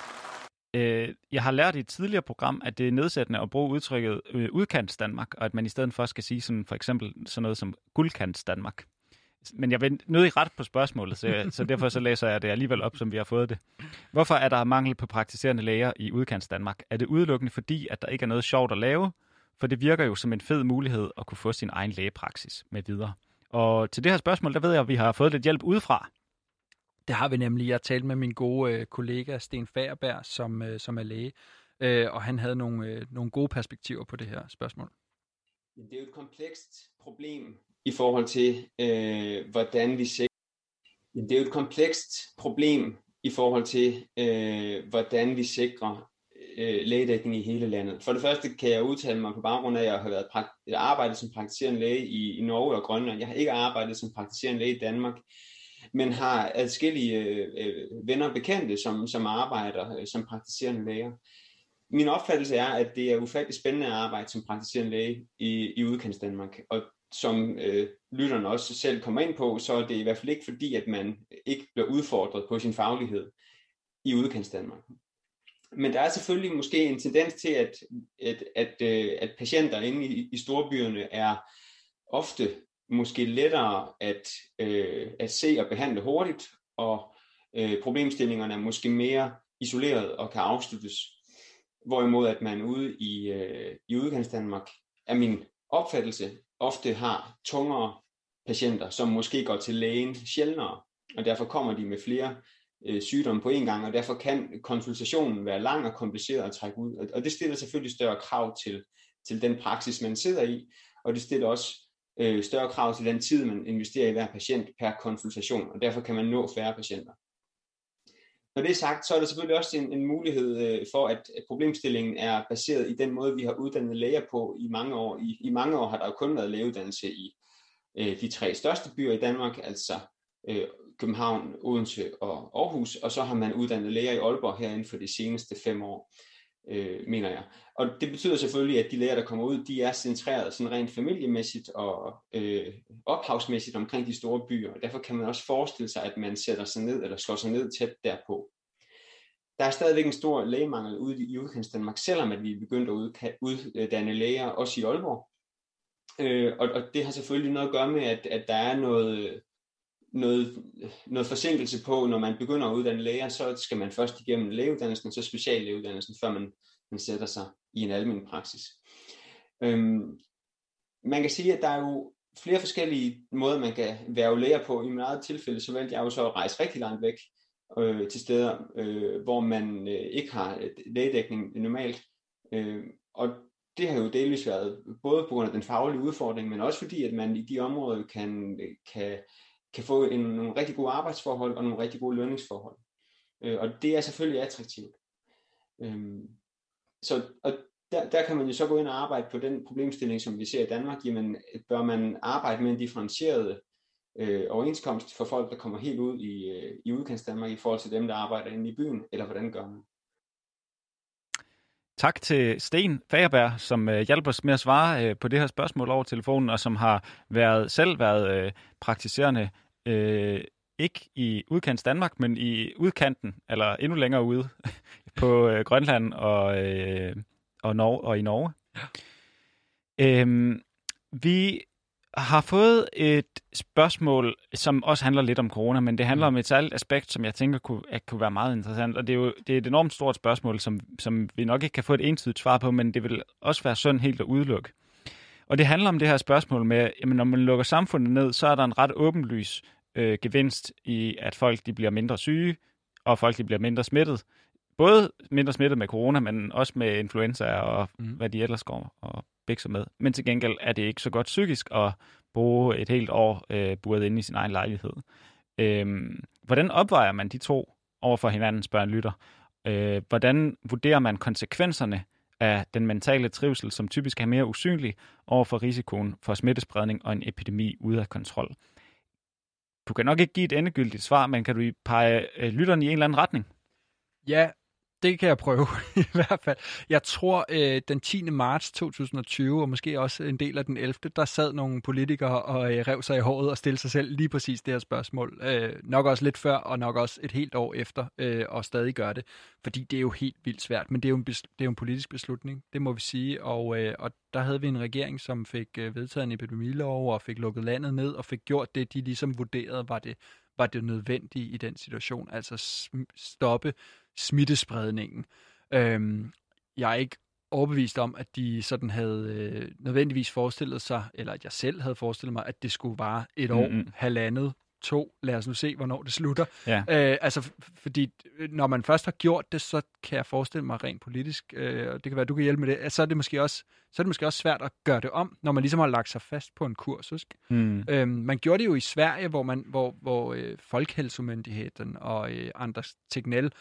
Øh, jeg har lært i et tidligere program, at det er nedsættende at bruge udtrykket øh, udkants Danmark, og at man i stedet for skal sige sådan, for eksempel sådan noget som guldkants Danmark. Men jeg vil nødig ret på spørgsmålet, så, jeg, så derfor så læser jeg det alligevel op, som vi har fået det. Hvorfor er der mangel på praktiserende læger i udkants Danmark? Er det udelukkende fordi, at der ikke er noget sjovt at lave? For det virker jo som en fed mulighed at kunne få sin egen lægepraksis med videre. Og til det her spørgsmål, der ved jeg, at vi har fået lidt hjælp udefra. Det har vi nemlig. Jeg talte med min gode øh, kollega Sten Fagerberg, som, øh, som er læge, øh, og han havde nogle, øh, nogle gode perspektiver på det her spørgsmål. Det er jo et komplekst problem i forhold til, øh, hvordan vi sikrer. Det er jo et komplekst problem i forhold til, øh, hvordan vi sikrer øh, lægedækning i hele landet. For det første kan jeg udtale mig på baggrund af, at jeg har været prakt- arbejdet som praktiserende læge i, i Norge og Grønland. Jeg har ikke arbejdet som praktiserende læge i Danmark, men har adskillige øh, venner og bekendte, som, som arbejder øh, som praktiserende læger. Min opfattelse er, at det er ufattelig spændende at arbejde som praktiserende læge i, i udkants Danmark. Og som øh, lytterne også selv kommer ind på, så er det i hvert fald ikke fordi, at man ikke bliver udfordret på sin faglighed i udkants Danmark. Men der er selvfølgelig måske en tendens til, at, at, at, at, at patienter inde i, i storbyerne er ofte måske lettere at, øh, at se og behandle hurtigt, og øh, problemstillingerne er måske mere isoleret og kan afsluttes. Hvorimod at man ude i, øh, i udkants Danmark, er min opfattelse, ofte har tungere patienter, som måske går til lægen sjældnere, og derfor kommer de med flere øh, sygdomme på en gang, og derfor kan konsultationen være lang og kompliceret at trække ud. Og det stiller selvfølgelig større krav til, til den praksis, man sidder i, og det stiller også øh, større krav til den tid, man investerer i hver patient per konsultation, og derfor kan man nå færre patienter. Når det er sagt, så er der selvfølgelig også en, en mulighed øh, for, at, at problemstillingen er baseret i den måde, vi har uddannet læger på i mange år. I, i mange år har der jo kun været lægeuddannelse i øh, de tre største byer i Danmark, altså øh, København, Odense og Aarhus, og så har man uddannet læger i Aalborg her inden for de seneste fem år, øh, mener jeg. Og det betyder selvfølgelig, at de læger, der kommer ud, de er centreret sådan rent familiemæssigt og øh, ophavsmæssigt omkring de store byer, og derfor kan man også forestille sig, at man sætter sig ned eller slår sig ned tæt derpå. Der er stadigvæk en stor lægemangel ude i udkants Danmark, selvom at vi er begyndt at uddanne læger også i Aalborg. Øh, og, og det har selvfølgelig noget at gøre med, at, at der er noget, noget, noget forsinkelse på, når man begynder at uddanne læger, så skal man først igennem lægeuddannelsen, og så speciallægeuddannelsen, før man, man sætter sig i en almen praksis. Øhm, man kan sige, at der er jo flere forskellige måder, man kan være læger på. I mit eget tilfælde, så valgte jeg jo så at rejse rigtig langt væk øh, til steder, øh, hvor man øh, ikke har lægedækning normalt. Øh, og det har jo delvis været både på grund af den faglige udfordring, men også fordi, at man i de områder kan, kan, kan få en, nogle rigtig gode arbejdsforhold og nogle rigtig gode lønningsforhold. Øh, og det er selvfølgelig attraktivt. Øh, så, og der, der kan man jo så gå ind og arbejde på den problemstilling, som vi ser i Danmark. Jamen, bør man arbejde med en differentieret øh, overenskomst for folk, der kommer helt ud i, øh, i udkantsdanmark i forhold til dem, der arbejder inde i byen, eller hvordan gør man? Tak til Sten Fagerberg, som øh, hjælper os med at svare øh, på det her spørgsmål over telefonen, og som har været selv været øh, praktiserende øh, ikke i udkants Danmark, men i udkanten, eller endnu længere ude på øh, Grønland og, øh, og, Norge, og i Norge. Ja. Øhm, vi har fået et spørgsmål, som også handler lidt om corona, men det handler mm. om et særligt aspekt, som jeg tænker kunne, at kunne være meget interessant. Og det er jo det er et enormt stort spørgsmål, som, som vi nok ikke kan få et entydigt svar på, men det vil også være synd helt at udelukke. Og det handler om det her spørgsmål med, jamen når man lukker samfundet ned, så er der en ret åbenlys øh, gevinst i, at folk de bliver mindre syge, og folk de bliver mindre smittet. Både mindre smittet med corona, men også med influenza og mm. hvad de ellers går og bækser med. Men til gengæld er det ikke så godt psykisk at bruge et helt år øh, buret inde i sin egen lejlighed. Øhm, hvordan opvejer man de to over for hinanden, spørger en lytter? Øh, hvordan vurderer man konsekvenserne af den mentale trivsel, som typisk er mere usynlig over for risikoen for smittespredning og en epidemi ude af kontrol? Du kan nok ikke give et endegyldigt svar, men kan du pege øh, lytteren i en eller anden retning? Ja, det kan jeg prøve i hvert fald. Jeg tror, øh, den tiende marts to tusind og tyve, og måske også en del af den ellevte, der sad nogle politikere og øh, rev sig i håret og stillede sig selv lige præcis det her spørgsmål. Øh, nok også lidt før, og nok også et helt år efter, øh, og stadig gør det. Fordi det er jo helt vildt svært, men det er jo en, bes- det er jo en politisk beslutning, det må vi sige. Og, øh, og der havde vi en regering, som fik øh, vedtaget en epidemilov, og fik lukket landet ned, og fik gjort det, de ligesom vurderede, var det, var det nødvendige i den situation. Altså sm- stoppe smittespredningen. Øhm, jeg er ikke overbevist om, at de sådan havde øh, nødvendigvis forestillet sig, eller at jeg selv havde forestillet mig, at det skulle vare et år, mm-hmm. halvandet, to. Lad os nu se, hvornår det slutter. Ja. Øh, altså, f- fordi når man først har gjort det, så kan jeg forestille mig rent politisk, øh, og det kan være, du kan hjælpe med det, så er det måske også, så er det måske også svært at gøre det om, når man ligesom har lagt sig fast på en kurs. Mm. Øhm, man gjorde det jo i Sverige, hvor, man, hvor, hvor øh, Folkhälsomyndigheten og øh, Anders Tegnell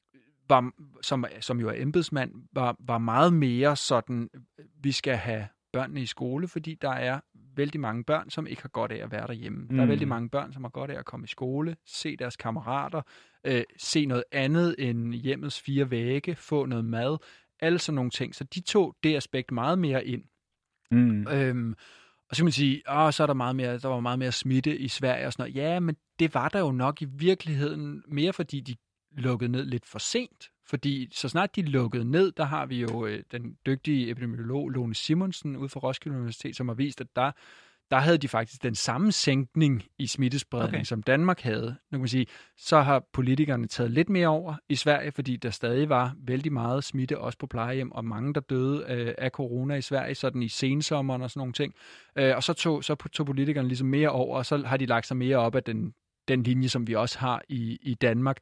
Var, som, som jo er embedsmand, var, var meget mere sådan, vi skal have børnene i skole, fordi der er vældig mange børn, som ikke har godt af at være derhjemme. Mm. Der er vældig mange børn, som har godt af at komme i skole, se deres kammerater, øh, se noget andet end hjemmets fire vægge, få noget mad, alle sådan nogle ting. Så de tog det aspekt meget mere ind. Mm. Øhm, og så kan man sige, åh, så er der meget mere, der var meget mere smitte i Sverige og sådan noget. Ja, men det var der jo nok i virkeligheden mere, fordi de lukket ned lidt for sent, fordi så snart de lukkede ned, der har vi jo øh, den dygtige epidemiolog Lone Simonsen ude fra Roskilde Universitet, som har vist, at der, der havde de faktisk den samme sænkning i smittespredning, okay. som Danmark havde. Nu kan man sige, så har politikerne taget lidt mere over i Sverige, fordi der stadig var vældig meget smitte, også på plejehjem, og mange, der døde øh, af corona i Sverige, sådan i sensommeren og sådan nogle ting. Øh, og så tog, så tog politikerne ligesom mere over, og så har de lagt sig mere op af den, den linje, som vi også har i, i Danmark.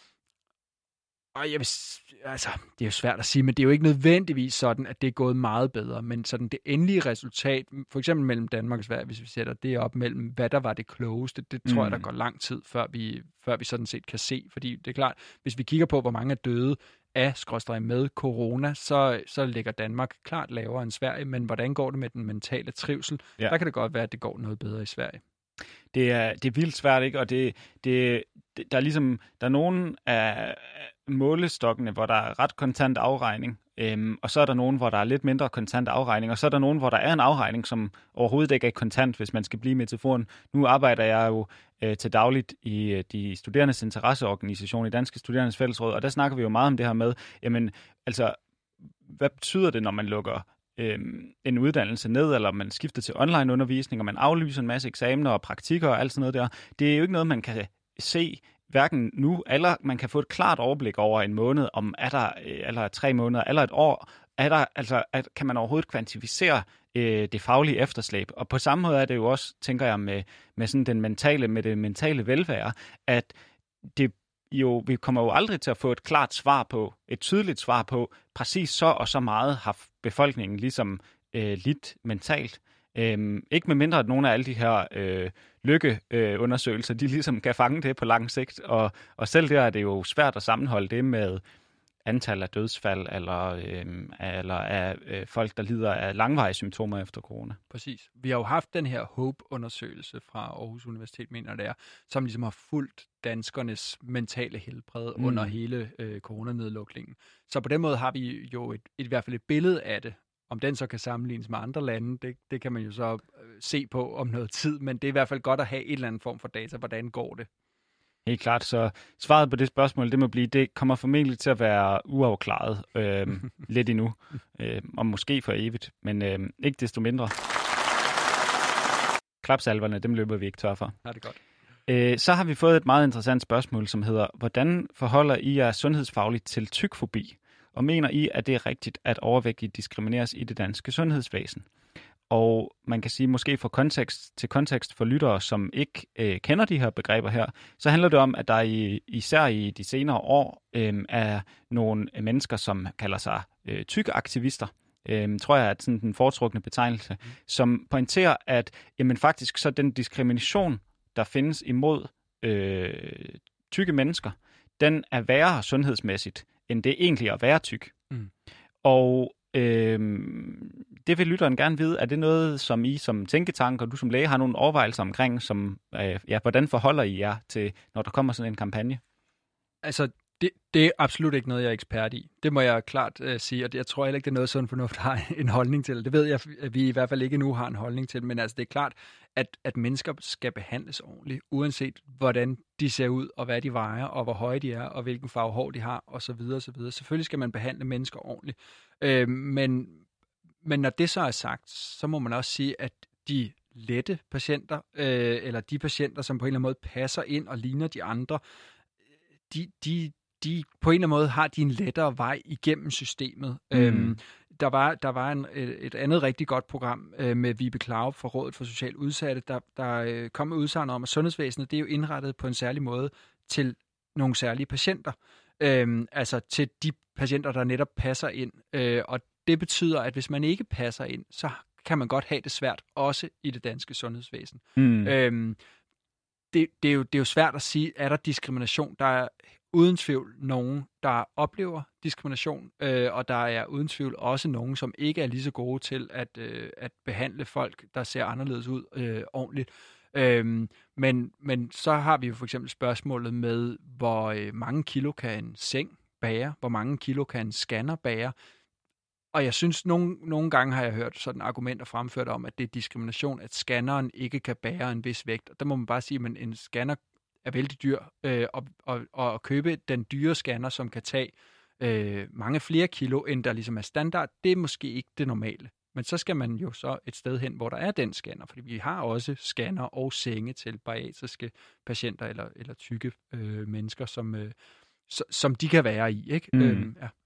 Og jeg vil, altså, det er jo svært at sige, men det er jo ikke nødvendigvis sådan, at det er gået meget bedre. Men sådan det endelige resultat, for eksempel mellem Danmark og Sverige, hvis vi sætter det op mellem, hvad der var det klogeste, det tror mm. jeg, der går lang tid, før vi, før vi sådan set kan se. Fordi det er klart, hvis vi kigger på, hvor mange er døde af skråstreg med corona, så, så ligger Danmark klart lavere end Sverige. Men hvordan går det med den mentale trivsel? Ja. Der kan det godt være, at det går noget bedre i Sverige. Det er, det er vildt svært, ikke? Og det, det, det, der er ligesom, der er nogen af målestokkene, hvor der er ret kontant afregning, øhm, og så er der nogen, hvor der er lidt mindre kontant afregning, og så er der nogen, hvor der er en afregning, som overhovedet ikke er kontant, hvis man skal blive metaforen. Nu arbejder jeg jo øh, til dagligt i øh, de studerendes interesseorganisation, i Danske Studerendes Fællesråd, og der snakker vi jo meget om det her med, jamen, altså, hvad betyder det, når man lukker en uddannelse ned, eller man skifter til online undervisning, og man aflyser en masse eksamener og praktikker og alt sådan noget der. Det er jo ikke noget, man kan se hverken nu, eller man kan få et klart overblik over en måned, om er der, eller tre måneder, eller et år, er der, altså, at, kan man overhovedet kvantificere øh, det faglige efterslæb. Og på samme måde er det jo også, tænker jeg, med, med sådan den mentale, med det mentale velvære, at det jo, vi kommer jo aldrig til at få et klart svar på, et tydeligt svar på, præcis så og så meget har befolkningen ligesom øh, lidt mentalt. Øhm, ikke med mindre, at nogle af alle de her øh, lykkeundersøgelser, øh, de ligesom kan fange det på lang sigt, og, og selv der er det jo svært at sammenholde det med, antal af dødsfald, eller, øh, eller af øh, folk, der lider af langvarige symptomer efter corona. Præcis. Vi har jo haft den her HOPE-undersøgelse fra Aarhus Universitet, mener det er, som ligesom har fulgt danskernes mentale helbred mm. under hele øh, coronanedlukningen. Så på den måde har vi jo et, et, i hvert fald et billede af det. Om den så kan sammenlignes med andre lande, det, det kan man jo så øh, se på om noget tid, men det er i hvert fald godt at have en eller anden form for data. Hvordan går det? Helt klart, så svaret på det spørgsmål, det må blive, det kommer formentlig til at være uafklaret øh, lidt endnu, øh, og måske for evigt, men øh, ikke desto mindre. Klapsalverne, dem løber vi ikke tør for. Ja, det er godt. Øh, så har vi fået et meget interessant spørgsmål, som hedder, hvordan forholder I jer sundhedsfagligt til tykfobi? Og mener I, at det er rigtigt, at overvægtige diskrimineres i det danske sundhedsvæsen? Og man kan sige, måske fra kontekst til kontekst for lyttere, som ikke øh, kender de her begreber her, så handler det om, at der i, især i de senere år øh, er nogle mennesker, som kalder sig øh, tykaktivister, øh, tror jeg er sådan den foretrukne betegnelse, mm. som pointerer, at jamen, faktisk så den diskrimination, der findes imod øh, tykke mennesker, den er værre sundhedsmæssigt, end det egentlig er at være tyk. Mm. Og Øhm, det vil lytteren gerne vide. Er det noget, som I som tænketank og du som læge har nogle overvejelser omkring, som, øh, ja, hvordan forholder I jer til, når der kommer sådan en kampagne? Altså, det, det er absolut ikke noget, jeg er ekspert i. Det må jeg klart øh, sige, og jeg tror heller ikke, det er noget, Sund Fornuft har en holdning til. Det ved jeg, at vi i hvert fald ikke nu har en holdning til, men altså, det er klart, at, at mennesker skal behandles ordentligt, uanset hvordan de ser ud, og hvad de vejer, og hvor høje de er, og hvilken farve hår de har, osv. osv. Selvfølgelig skal man behandle mennesker ordentligt. Øh, men, men når det så er sagt, så må man også sige, at de lette patienter, øh, eller de patienter, som på en eller anden måde passer ind og ligner de andre, de, de, de på en eller anden måde har de en lettere vej igennem systemet. Mm. Øhm, der var, der var en, et andet rigtig godt program øh, med Vibe Klarup fra Rådet for Socialt Udsatte, der, der øh, kom med udsagn om, at sundhedsvæsenet det er jo indrettet på en særlig måde til nogle særlige patienter. Øhm, altså til de patienter, der netop passer ind. Øh, og det betyder, at hvis man ikke passer ind, så kan man godt have det svært, også i det danske sundhedsvæsen. Mm. Øhm, det, det, er jo, det er jo svært at sige, er der diskrimination? Der er uden tvivl nogen, der oplever diskrimination, øh, og der er uden tvivl også nogen, som ikke er lige så gode til at, øh, at behandle folk, der ser anderledes ud, øh, ordentligt. Øhm, men, men så har vi jo for eksempel spørgsmålet med, hvor øh, mange kilo kan en seng bære, hvor mange kilo kan en scanner bære. Og jeg synes, nogle, nogle gange har jeg hørt sådan argumenter fremført om, at det er diskrimination, at scanneren ikke kan bære en vis vægt. Og der må man bare sige, at en scanner er vældig dyr, øh, og, og, og at købe den dyre scanner, som kan tage øh, mange flere kilo, end der ligesom er standard, det er måske ikke det normale. Men så skal man jo så et sted hen, hvor der er den scanner, fordi vi har også scanner og senge til bariatriske patienter eller, eller tykke øh, mennesker, som, øh, som de kan være i, ikke? Mm. Øhm, ja.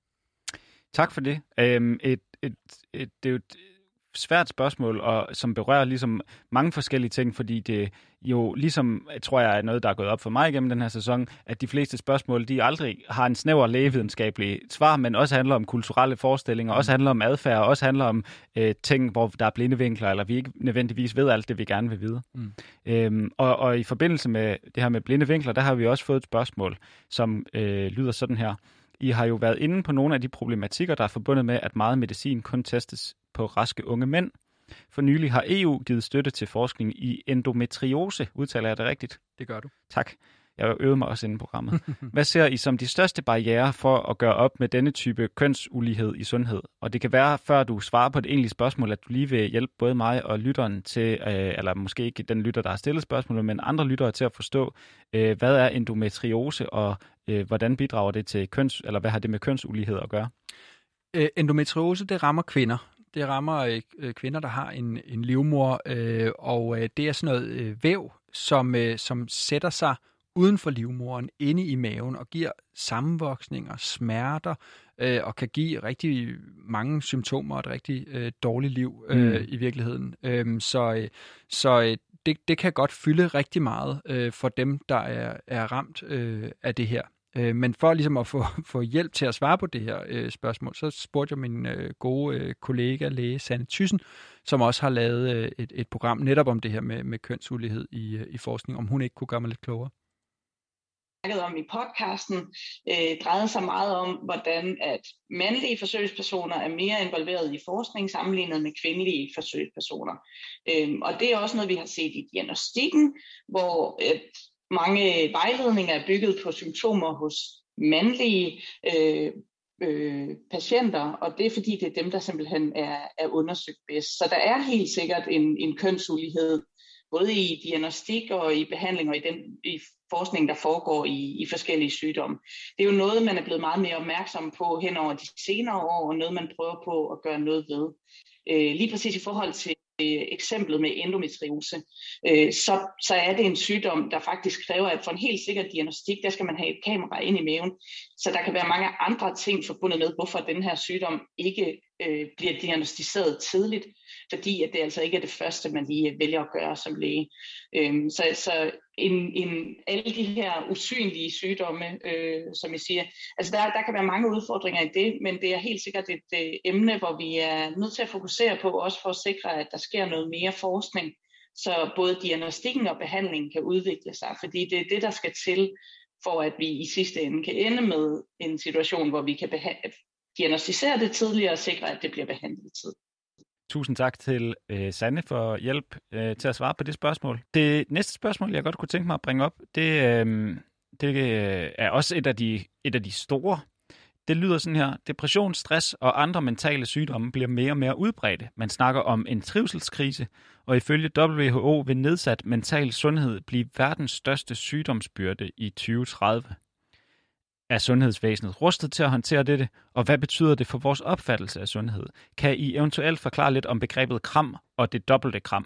Tak for det. Øhm, et, et, et, det er jo et svært spørgsmål, og som berører ligesom mange forskellige ting, fordi det jo ligesom, tror jeg, er noget, der er gået op for mig igennem den her sæson, at de fleste spørgsmål, de aldrig har en snæver lægevidenskabelig svar, men også handler om kulturelle forestillinger, mm. også handler om adfærd, også handler om øh, ting, hvor der er blinde vinkler, eller vi ikke nødvendigvis ved alt det, vi gerne vil vide. Mm. Øhm, og, og i forbindelse med det her med blinde vinkler, der har vi også fået et spørgsmål, som øh, lyder sådan her. I har jo været inde på nogle af de problematikker, der er forbundet med, at meget medicin kun testes på raske unge mænd. For nylig har E U givet støtte til forskning i endometriose. Udtaler jeg det rigtigt? Det gør du. Tak. Jeg øvede mig også inden programmet. Hvad ser I som de største barrierer for at gøre op med denne type kønsulighed i sundhed? Og det kan være, før du svarer på et egentligt spørgsmål, at du lige vil hjælpe både mig og lytteren til, øh, eller måske ikke den lytter, der har stillet spørgsmålet, men andre lyttere til at forstå, øh, hvad er endometriose, og øh, hvordan bidrager det til køns, eller hvad har det med kønsulighed at gøre? Øh, endometriose, det rammer kvinder. Det rammer øh, kvinder, der har en, en livmor, øh, og øh, det er sådan noget øh, væv, som, øh, som sætter sig uden for livmoren, inde i maven, og giver sammenvoksninger, smerter, øh, og kan give rigtig mange symptomer og et rigtig øh, dårligt liv øh, mm. i virkeligheden. Øh, så øh, så øh, det, det kan godt fylde rigtig meget øh, for dem, der er, er ramt øh, af det her. Øh, men for ligesom at få, få hjælp til at svare på det her øh, spørgsmål, så spurgte jeg min øh, gode øh, kollega, læge Sanne Thyssen, som også har lavet øh, et, et program netop om det her med, med kønsulighed i, øh, i forskning, om hun ikke kunne gøre mig lidt klogere. snakket om i podcasten, øh, drejede sig meget om, hvordan at mandlige forsøgspersoner er mere involveret i forskning sammenlignet med kvindelige forsøgspersoner. Øhm, og det er også noget, vi har set i diagnostikken, hvor et, mange vejledninger er bygget på symptomer hos mandlige øh, øh, patienter, og det er fordi, det er dem, der simpelthen er, er undersøgt bedst. Så der er helt sikkert en, en kønsulighed, både i diagnostik og i behandling og i den i forskning, der foregår i, i forskellige sygdomme. Det er jo noget, man er blevet meget mere opmærksom på hen over de senere år, og noget, man prøver på at gøre noget ved. Øh, lige præcis i forhold til øh, eksemplet med endometriose, øh, så, så er det en sygdom, der faktisk kræver, at for en helt sikker diagnostik, der skal man have et kamera ind i maven. Så der kan være mange andre ting forbundet med, hvorfor den her sygdom ikke øh, bliver diagnostiseret tidligt, fordi at det altså ikke er det første, man lige vælger at gøre som læge. Øhm, så så en, en, alle de her usynlige sygdomme, øh, som jeg siger, altså der, der kan være mange udfordringer i det, men det er helt sikkert et øh, emne, hvor vi er nødt til at fokusere på, også for at sikre, at der sker noget mere forskning, så både diagnostikken og behandlingen kan udvikle sig, fordi det er det, der skal til, for at vi i sidste ende kan ende med en situation, hvor vi kan beha- diagnostisere det tidligere og sikre, at det bliver behandlet i tid. Tusind tak til øh, Sanne for hjælp øh, til at svare på det spørgsmål. Det næste spørgsmål, jeg godt kunne tænke mig at bringe op, det, øh, det øh, er også et af, de, et af de store. Det lyder sådan her: depression, stress og andre mentale sygdomme bliver mere og mere udbredte. Man snakker om en trivselskrise, og ifølge W H O vil nedsat mental sundhed blive verdens største sygdomsbyrde i tyve tredive. Er sundhedsvæsenet rustet til at håndtere dette, og hvad betyder det for vores opfattelse af sundhed? Kan I eventuelt forklare lidt om begrebet kram og det dobbelte kram?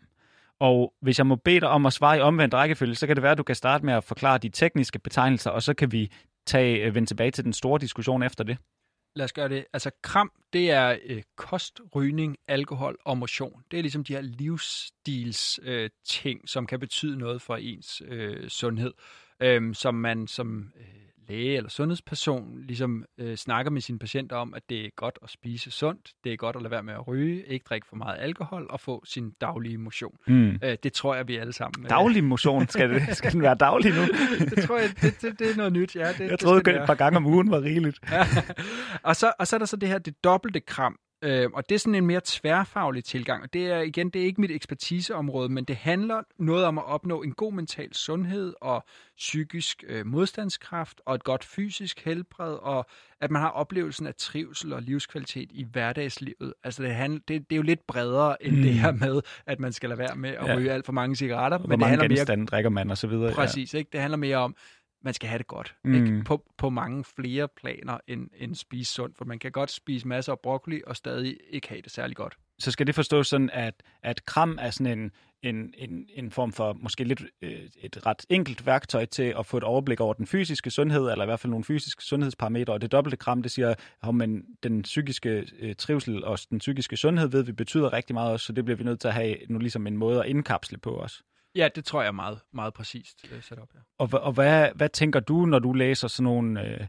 Og hvis jeg må bede dig om at svare i omvendt rækkefølge, så kan det være, at du kan starte med at forklare de tekniske betegnelser, og så kan vi tage, vende tilbage til den store diskussion efter det. Lad os gøre det. Altså kram, det er øh, kost, rygning, alkohol og motion. Det er ligesom de her livsstils øh, ting, som kan betyde noget for ens øh, sundhed, øh, som man som øh, læge eller sundhedsperson ligesom øh, snakker med sine patienter om, at det er godt at spise sundt, det er godt at lade være med at ryge, ikke drikke for meget alkohol og få sin daglige motion. Mm. Øh, det tror jeg, vi alle sammen... Daglig motion? Skal, det, skal den være daglig nu? Det tror jeg, det, det, det er noget nyt. Ja, det, jeg troede, det et par gange om ugen var rigeligt. Ja. og, så, og så er der så det her, det dobbelte kram. Øh, og det er sådan en mere tværfaglig tilgang, og det er igen, det er ikke mit ekspertiseområde, men det handler noget om at opnå en god mental sundhed og psykisk øh, modstandskraft og et godt fysisk helbred, og at man har oplevelsen af trivsel og livskvalitet i hverdagslivet. Altså det, handler, det, det er jo lidt bredere end mm. det her med, at man skal lade være med at ja. ryge alt for mange cigaretter. Hvor men mange det handler genstande mere, drikker man og så videre. Præcis, ja. ikke? Det handler mere om, man skal have det godt, mm. ikke? På, på mange flere planer end, end spise sundt, for man kan godt spise masser af broccoli og stadig ikke have det særlig godt. Så skal det forstås sådan, at, at kram er sådan en, en, en, en form for måske lidt øh, et ret enkelt værktøj til at få et overblik over den fysiske sundhed, eller i hvert fald nogle fysiske sundhedsparametre, og det dobbelte kram, det siger, at man, den psykiske øh, trivsel og den psykiske sundhed ved vi betyder rigtig meget også, så det bliver vi nødt til at have nu ligesom en måde at indkapsle på os. Ja, det tror jeg er meget, meget præcist uh, sat op. Ja. Og, og hvad, hvad tænker du, når du læser sådan nogle, øh,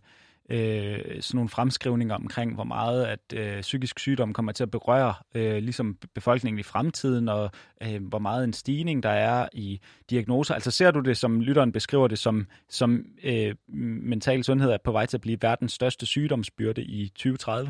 øh, sådan nogle fremskrivninger omkring, hvor meget at øh, psykisk sygdom kommer til at berøre øh, ligesom befolkningen i fremtiden, og øh, hvor meget en stigning der er i diagnoser? Altså ser du det, som lytteren beskriver det, som, som øh, mental sundhed er på vej til at blive verdens største sygdomsbyrde i tyve tredive?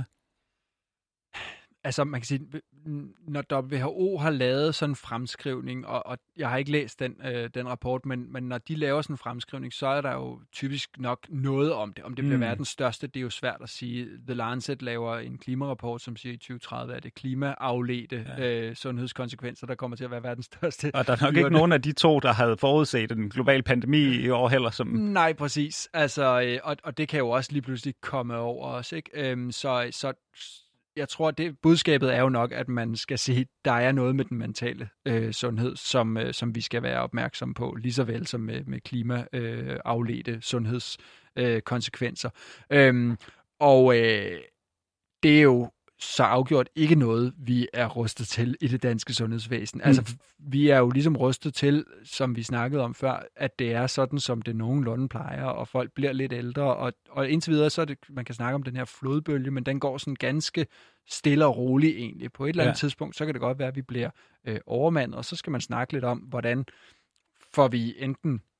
Altså, man kan sige, når W H O har lavet sådan en fremskrivning, og, og jeg har ikke læst den, øh, den rapport, men, men når de laver sådan en fremskrivning, så er der jo typisk nok noget om det. Om det bliver mm. verdens største, det er jo svært at sige. The Lancet laver en klimarapport, som siger, i tyve tredive er det klimaafledte ja. øh, sundhedskonsekvenser, der kommer til at være verdens største. Og der er nok byrde. Ikke nogen af de to, der havde forudset en global pandemi i år heller. Som... Nej, præcis. Altså, øh, og, og det kan jo også lige pludselig komme over os, ikke? Øhm, så... så Jeg tror, at det budskabet er jo nok, at man skal sige, at der er noget med den mentale øh, sundhed, som, øh, som vi skal være opmærksom på, lige så vel som med, med klimaafledte øh, sundhedskonsekvenser. Øh, øhm, og øh, det er jo så afgjort ikke noget, vi er rustet til i det danske sundhedsvæsen. Mm. Altså, vi er jo ligesom rustet til, som vi snakkede om før, at det er sådan, som det nogenlunde plejer, og folk bliver lidt ældre, og, og indtil videre, så er det, man kan snakke om den her flodbølge, men den går sådan ganske stille og roligt egentlig. På et eller andet ja. tidspunkt, så kan det godt være, at vi bliver øh, overmandet, og så skal man snakke lidt om, hvordan får vi enten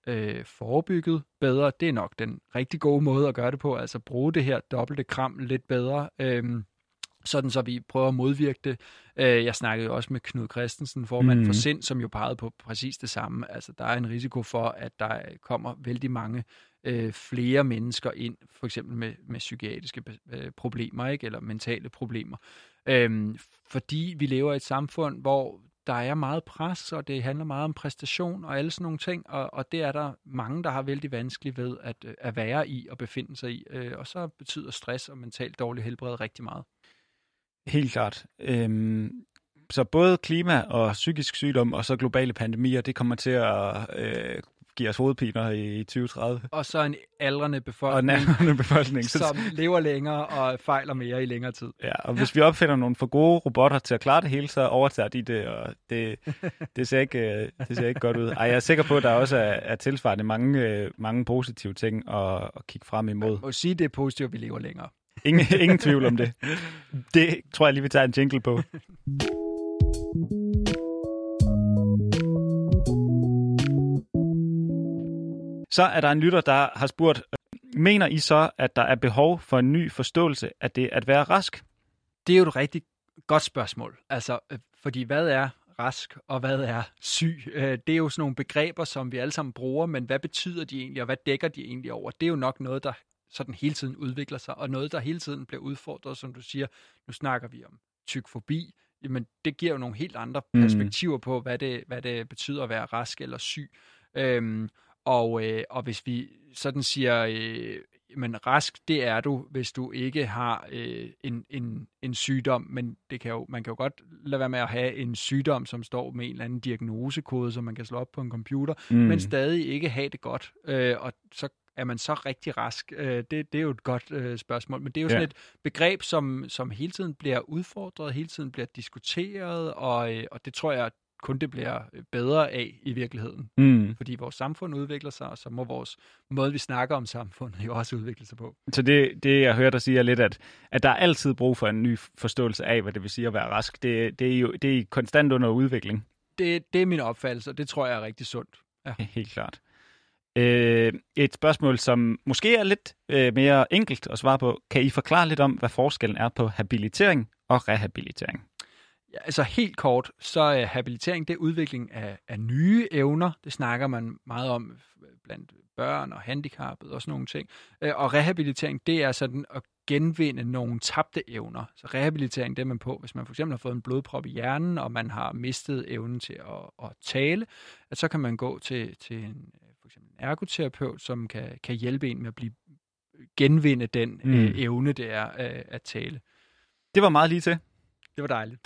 øh, forebygget bedre. Det er nok den rigtig gode måde at gøre det på, altså bruge det her dobbelte kram lidt bedre, øh, sådan så vi prøver at modvirke det. Øh, jeg snakkede også med Knud Christensen, formand mm. for SIND, som jo pegede på præcis det samme. Altså, der er en risiko for, at der kommer vældig mange øh, flere mennesker ind, for eksempel med, med psykiatriske øh, problemer, ikke? Eller mentale problemer. Øh, fordi vi lever i et samfund, hvor der er meget pres, og det handler meget om præstation og alle sådan nogle ting, og, og det er der mange, der har vældig vanskeligt ved at, at være i og befinde sig i. Øh, og så betyder stress og mentalt dårlig helbred rigtig meget. Helt klart. Øhm, så både klima og psykisk sygdom, og så globale pandemier, det kommer til at øh, give os hovedpiner i tyve tredive. Og så en aldrende befolkning, og en aldrende befolkning. som lever længere og fejler mere i længere tid. Ja, og hvis vi opfinder nogle for gode robotter til at klare det hele, så overtager de det, og det, det, ser, ikke, det ser ikke godt ud. Ej, jeg er sikker på, at der også er, er tilsvarende mange, mange positive ting at, at kigge frem imod. Jeg må sige, at det er positivt, at vi lever længere. Ingen, ingen tvivl om det. Det tror jeg lige, vi tager en jingle på. Så er der en lytter, der har spurgt, mener I så, at der er behov for en ny forståelse af det at være rask? Det er jo et rigtig godt spørgsmål. Altså, fordi hvad er rask, og hvad er syg? Det er jo sådan nogle begreber, som vi alle sammen bruger, men hvad betyder de egentlig, og hvad dækker de egentlig over? Det er jo nok noget, der sådan hele tiden udvikler sig, og noget, der hele tiden bliver udfordret, som du siger. Nu snakker vi om tykfobi, men det giver jo nogle helt andre perspektiver på, hvad det, hvad det betyder at være rask eller syg. Øhm, og, øh, og hvis vi sådan siger, øh, men rask, det er du, hvis du ikke har øh, en, en, en sygdom, men det kan jo, man kan jo godt lade være med at have en sygdom, som står med en eller anden diagnosekode, som man kan slå op på en computer, mm. men stadig ikke have det godt. Øh, og så er man så rigtig rask? Det, det er jo et godt øh, spørgsmål, men det er jo sådan ja. et begreb, som, som hele tiden bliver udfordret, hele tiden bliver diskuteret, og, øh, og det tror jeg kun det bliver bedre af i virkeligheden. Mm. Fordi vores samfund udvikler sig, og så må vores måde, vi snakker om samfundet, jo også udvikle sig på. Så det, det jeg hørte dig sige er lidt, at, at der er altid brug for en ny forståelse af, hvad det vil sige at være rask. Det, det er jo det er konstant under udvikling. Det, det er min opfattelse, og det tror jeg er rigtig sundt. Ja. Helt klart. Øh, et spørgsmål, som måske er lidt øh, mere enkelt at svare på. Kan I forklare lidt om, hvad forskellen er på habilitering og rehabilitering? Ja, altså helt kort, så er habilitering det er udvikling af, af nye evner. Det snakker man meget om blandt børn og handicappede og sådan nogle ting. Og rehabilitering, det er sådan at genvinde nogle tabte evner. Så rehabilitering, det er man på, hvis man for eksempel har fået en blodprop i hjernen, og man har mistet evnen til at, at tale, at så kan man gå til, til en, for eksempel en ergoterapeut, som kan, kan hjælpe en med at blive genvinde den mm. øh, evne, det er øh, at tale. Det var meget lige til. Det var dejligt.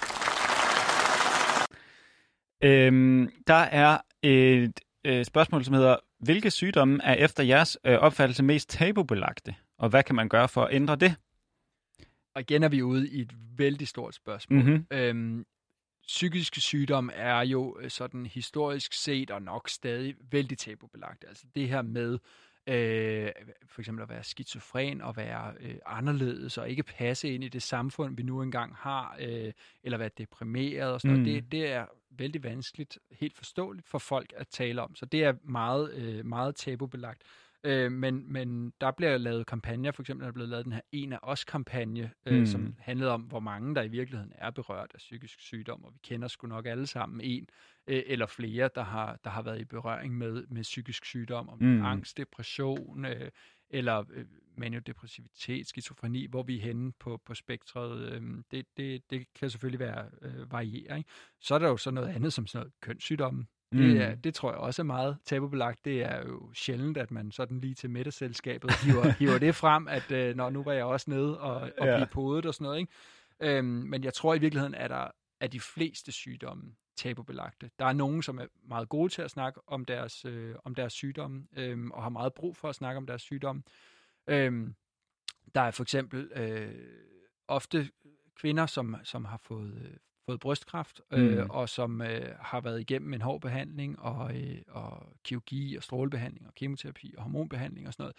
Øhm, der er et øh, spørgsmål, som hedder, hvilke sygdomme er efter jeres øh, opfattelse mest tabubelagte, og hvad kan man gøre for at ændre det? Og igen er vi ude i et vældig stort spørgsmål. Mm-hmm. Øhm, psykiske sygdomme er jo sådan historisk set og nok stadig vældig tabubelagte. Altså det her med øh, for eksempel at være skizofren og være øh, anderledes og ikke passe ind i det samfund, vi nu engang har, øh, eller være deprimeret og sådan mm. noget. Det, det er vældig vanskeligt, helt forståeligt for folk at tale om. Så det er meget, øh, meget tabubelagt. Øh, men, men der bliver lavet kampagner, for eksempel er der blevet lavet den her En af os-kampagne, øh, mm. som handlede om, hvor mange der i virkeligheden er berørt af psykisk sygdom, og vi kender sgu nok alle sammen en øh, eller flere, der har, der har været i berøring med, med psykisk sygdom, om mm. angst, depression, øh, eller øh, maniodepressivitet, skizofreni, hvor vi er henne på, på spektret. Øh, det, det, det kan selvfølgelig være øh, variere, ikke? Så er der jo så noget andet, som sådan noget kønssygdomme. Det, er, det tror jeg også er meget tabubelagt. Det er jo sjældent, at man sådan lige til middagsselskabet hiver, hiver det frem, at øh, når nu var jeg også nede og, og ja. blive podet og sådan noget. Ikke? Øhm, men jeg tror i virkeligheden, at der er de fleste sygdomme tabubelagte. Der er nogen, som er meget gode til at snakke om deres, øh, om deres sygdomme, øh, og har meget brug for at snakke om deres sygdomme. Øh, der er for eksempel øh, ofte kvinder, som, som har fået... Øh, fået brystkræft, øh, mm. og som øh, har været igennem en hård behandling, og, øh, og kirurgi, og strålebehandling, og kemoterapi, og hormonbehandling og sådan noget.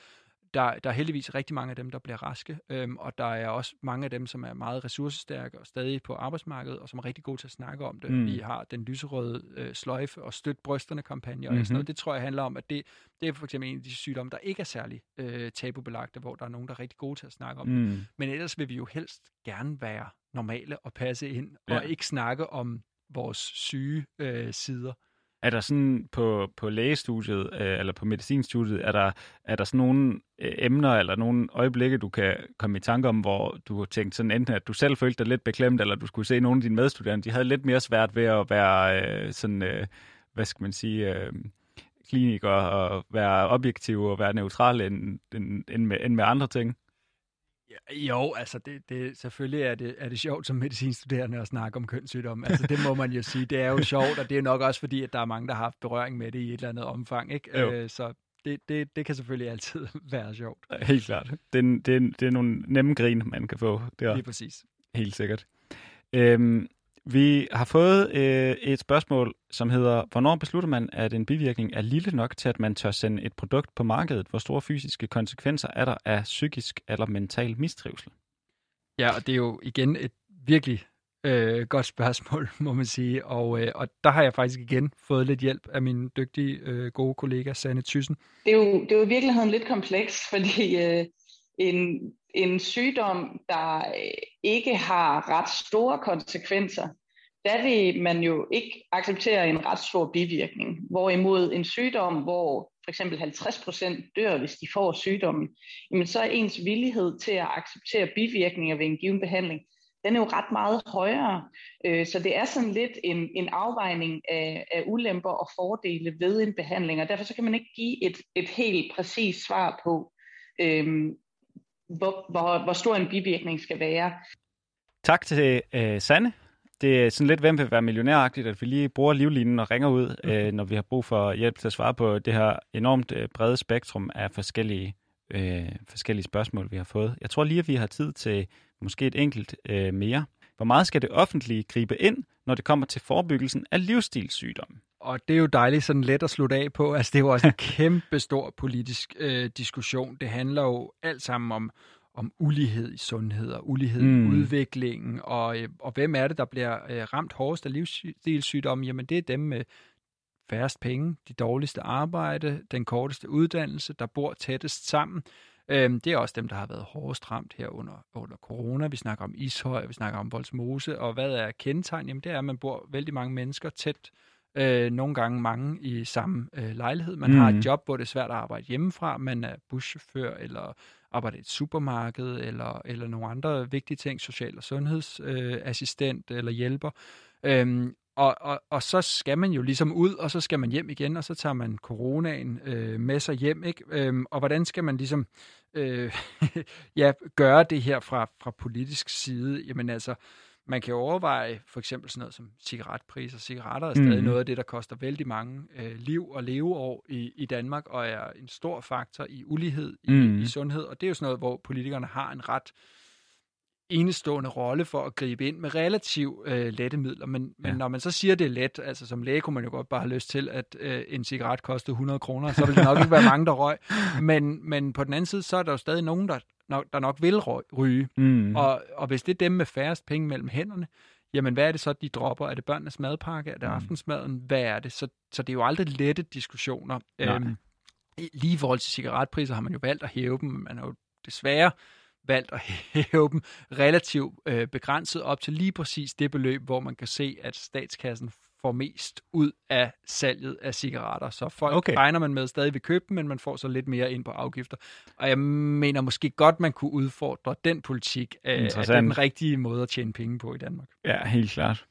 der, der er heldigvis rigtig mange af dem, der bliver raske, øhm, og der er også mange af dem, som er meget ressourcestærke og stadig på arbejdsmarkedet, og som er rigtig gode til at snakke om det. Mm. Vi har den lyserøde øh, sløjfe og støt brysterne kampagne mm-hmm. og sådan noget. Det tror jeg handler om, at det, det er for eksempel en af de sygdomme, der ikke er særlig øh, tabubelagte, hvor der er nogen, der er rigtig gode til at snakke om mm. det. Men ellers vil vi jo helst gerne være normale og passe ind, ja. og ikke snakke om vores syge øh, sider. Er der sådan på, på lægestudiet, øh, eller på medicinstudiet, er der, er der sådan nogle øh, emner, eller nogle øjeblikke, du kan komme i tanke om, hvor du har tænkt sådan enten, at du selv følte dig lidt beklemt, eller du skulle se nogle af dine medstuderende, de havde lidt mere svært ved at være øh, sådan, øh, hvad skal man sige, øh, kliniker, og være objektive og være neutrale end, end, end, med, end med andre ting? Jo, altså det, det, selvfølgelig er det, er det sjovt som medicinstuderende at snakke om kønssygdomme. Altså det må man jo sige. Det er jo sjovt, og det er nok også fordi, at der er mange, der har haft berøring med det i et eller andet omfang. Ikke? Øh, så det, det, det kan selvfølgelig altid være sjovt. Helt klart. Det er, det er, det er nogle nemme grin, man kan få. Det er lige præcis. Helt sikkert. Øhm, vi har fået øh, et spørgsmål, som hedder, hvornår beslutter man, at en bivirkning er lille nok til, at man tør sende et produkt på markedet? Hvor store fysiske konsekvenser er der af psykisk eller mental mistrivsel? Ja, og det er jo igen et virkelig øh, godt spørgsmål, må man sige. Og, øh, og der har jeg faktisk igen fået lidt hjælp af min dygtige, øh, gode kollega, Sanne Thyssen. Det er jo, det er jo i virkeligheden lidt kompleks, fordi øh, en, en sygdom, der ikke har ret store konsekvenser, der vil man jo ikke acceptere en ret stor bivirkning. Hvorimod en sygdom, hvor for eksempel halvtreds procent dør, hvis de får sygdommen, jamen så er ens villighed til at acceptere bivirkninger ved en given behandling, den er jo ret meget højere. Så det er sådan lidt en, en afvejning af, af ulemper og fordele ved en behandling, og derfor så kan man ikke give et, et helt præcist svar på, øhm, hvor, hvor, hvor stor en bivirkning skal være. Tak til øh, Sanne. Det er sådan lidt, hvem vil være millionæragtigt, at vi lige bruger livlinen og ringer ud, mm. øh, når vi har brug for hjælp til at svare på det her enormt øh, brede spektrum af forskellige, øh, forskellige spørgsmål, vi har fået. Jeg tror lige, at vi har tid til måske et enkelt øh, mere. Hvor meget skal det offentlige gribe ind, når det kommer til forebyggelsen af livsstilssygdomme? Og det er jo dejligt sådan let at slutte af på. Altså, det er jo også en kæmpe stor politisk øh, diskussion. Det handler jo alt sammen om om ulighed i sundhed og ulighed mm. i udviklingen, og, og hvem er det, der bliver øh, ramt hårdest af livsstilssygdomme? Jamen det er dem med færrest penge, de dårligste arbejde, den korteste uddannelse, der bor tættest sammen. Øhm, det er også dem, der har været hårdest ramt her under, under corona. Vi snakker om Ishøj, vi snakker om Vollsmose, og hvad er kendetegn? Jamen det er, at man bor vældig mange mennesker tæt, øh, nogle gange mange i samme øh, lejlighed. Man mm. har et job, hvor det er svært at arbejde hjemmefra, man er buschauffør eller arbejder i et supermarked eller, eller nogle andre vigtige ting, social- og sundhedsassistent øh, eller hjælper. Øhm, og, og, og så skal man jo ligesom ud, og så skal man hjem igen, og så tager man coronaen øh, med sig hjem, ikke? Øhm, og hvordan skal man ligesom øh, ja, gøre det her fra, fra politisk side? Jamen altså, man kan jo overveje for eksempel sådan noget som cigaretpriser. Cigaretter er stadig mm. noget af det, der koster vældig mange øh, liv og leveår i, i Danmark, og er en stor faktor i ulighed i, mm. i sundhed. Og det er jo sådan noget, hvor politikerne har en ret enestående rolle for at gribe ind med relativt øh, lette midler. Men, ja. men når man så siger, det er let, altså som læge kunne man jo godt bare have lyst til, at øh, en cigaret kostede hundrede kroner, så vil det nok ikke være mange, der røg. Men, men på den anden side, så er der jo stadig nogen, der nok, der nok vil ryge. Mm. Og, og hvis det er dem med færrest penge mellem hænderne, jamen hvad er det så, de dropper? Er det børnenes madpakke? Er det mm. aftensmaden? Hvad er det? Så, så det er jo aldrig lette diskussioner. Øhm, lige i forhold til cigaretpriser har man jo valgt at hæve dem, men man har jo desværre valgt at hæve dem relativt øh, begrænset op til lige præcis det beløb, hvor man kan se, at statskassen får mest ud af salget af cigaretter. Så folk okay. regner man med stadig vil købe dem, men man får så lidt mere ind på afgifter. Og jeg mener måske godt, man kunne udfordre den politik af, at det er den rigtige måde at tjene penge på i Danmark. Ja, helt klart.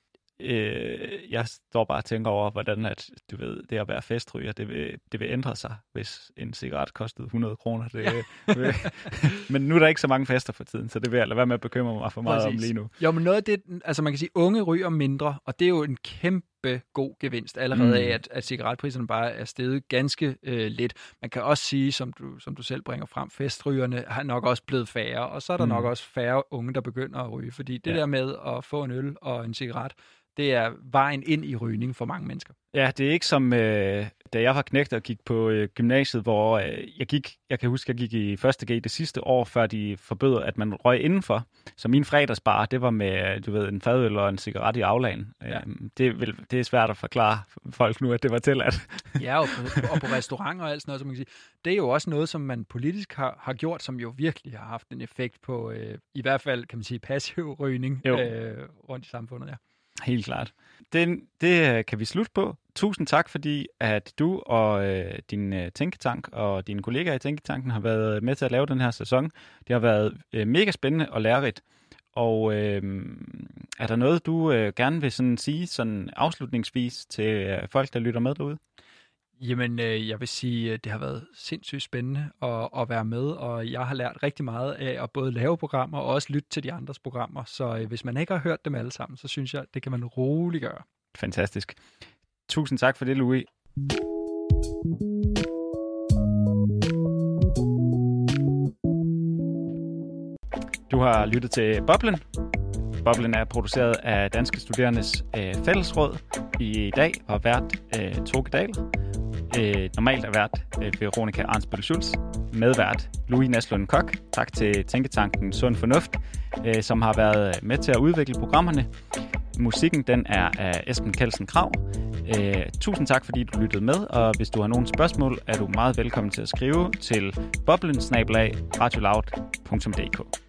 Øh, jeg står bare og tænker over, hvordan at, du ved, det at være festryger, det vil, det vil ændre sig, hvis en cigaret kostede hundrede kroner. Det, vil, men nu er der ikke så mange fester for tiden, så det vil jeg lade være med at bekymre mig for meget Præcis. om lige nu. Jo, men noget af det, altså man kan sige, unge ryger mindre, og det er jo en kæmpe god gevinst allerede mm. af, at, at cigaretpriserne bare er steget ganske øh, lidt. Man kan også sige, som du, som du selv bringer frem, festrygerne har nok også blevet færre, og så er der mm. nok også færre unge, der begynder at ryge, fordi det ja. der med at få en øl og en cigaret, det er vejen ind i rygning for mange mennesker. Ja, det er ikke som, øh, da jeg var knægt og gik på øh, gymnasiet, hvor øh, jeg gik, jeg kan huske, jeg gik i første G det sidste år, før de forbød, at man røg indenfor. Så min fredagsbar, det var med, du ved, en fadøl og en cigaret i aflagen. Ja. Øhm, det, vil, det er svært at forklare folk nu, at det var tilladt. Ja, og på, og på restauranter og alt sådan noget, som man kan sige. Det er jo også noget, som man politisk har, har gjort, som jo virkelig har haft en effekt på, øh, i hvert fald, kan man sige, passiv rygning øh, rundt i samfundet, ja. Helt klart. Det, det kan vi slutte på. Tusind tak, fordi at du og øh, din øh, tænketank og dine kollegaer i Tænketanken har været med til at lave den her sæson. Det har været øh, mega spændende og lærerigt. Og øh, er der noget, du øh, gerne vil sådan sige sådan afslutningsvis til øh, folk, der lytter med derude? Jamen, øh, jeg vil sige, at det har været sindssygt spændende at, at være med, og jeg har lært rigtig meget af at både lave programmer og også lytte til de andres programmer. Så øh, hvis man ikke har hørt dem alle sammen, så synes jeg, det kan man roligt gøre. Fantastisk. Tusind tak for det, Louis. Du har lyttet til Boblen. Boblen er produceret af Danske Studerendes øh, Fællesråd. I dag var vært øh, Toge Dahl. Øh, normalt er vært øh, Veronica Arnsbøl-Schulz. Medvært Louis Naslund Kok. Tak til Tænketanken Sund Fornuft, øh, som har været med til at udvikle programmerne. Musikken den er af Esben Kelsen Krag. Øh, tusind tak, fordi du lyttede med, og hvis du har nogle spørgsmål, er du meget velkommen til at skrive til boblen snabel-a radioloud punktum d k.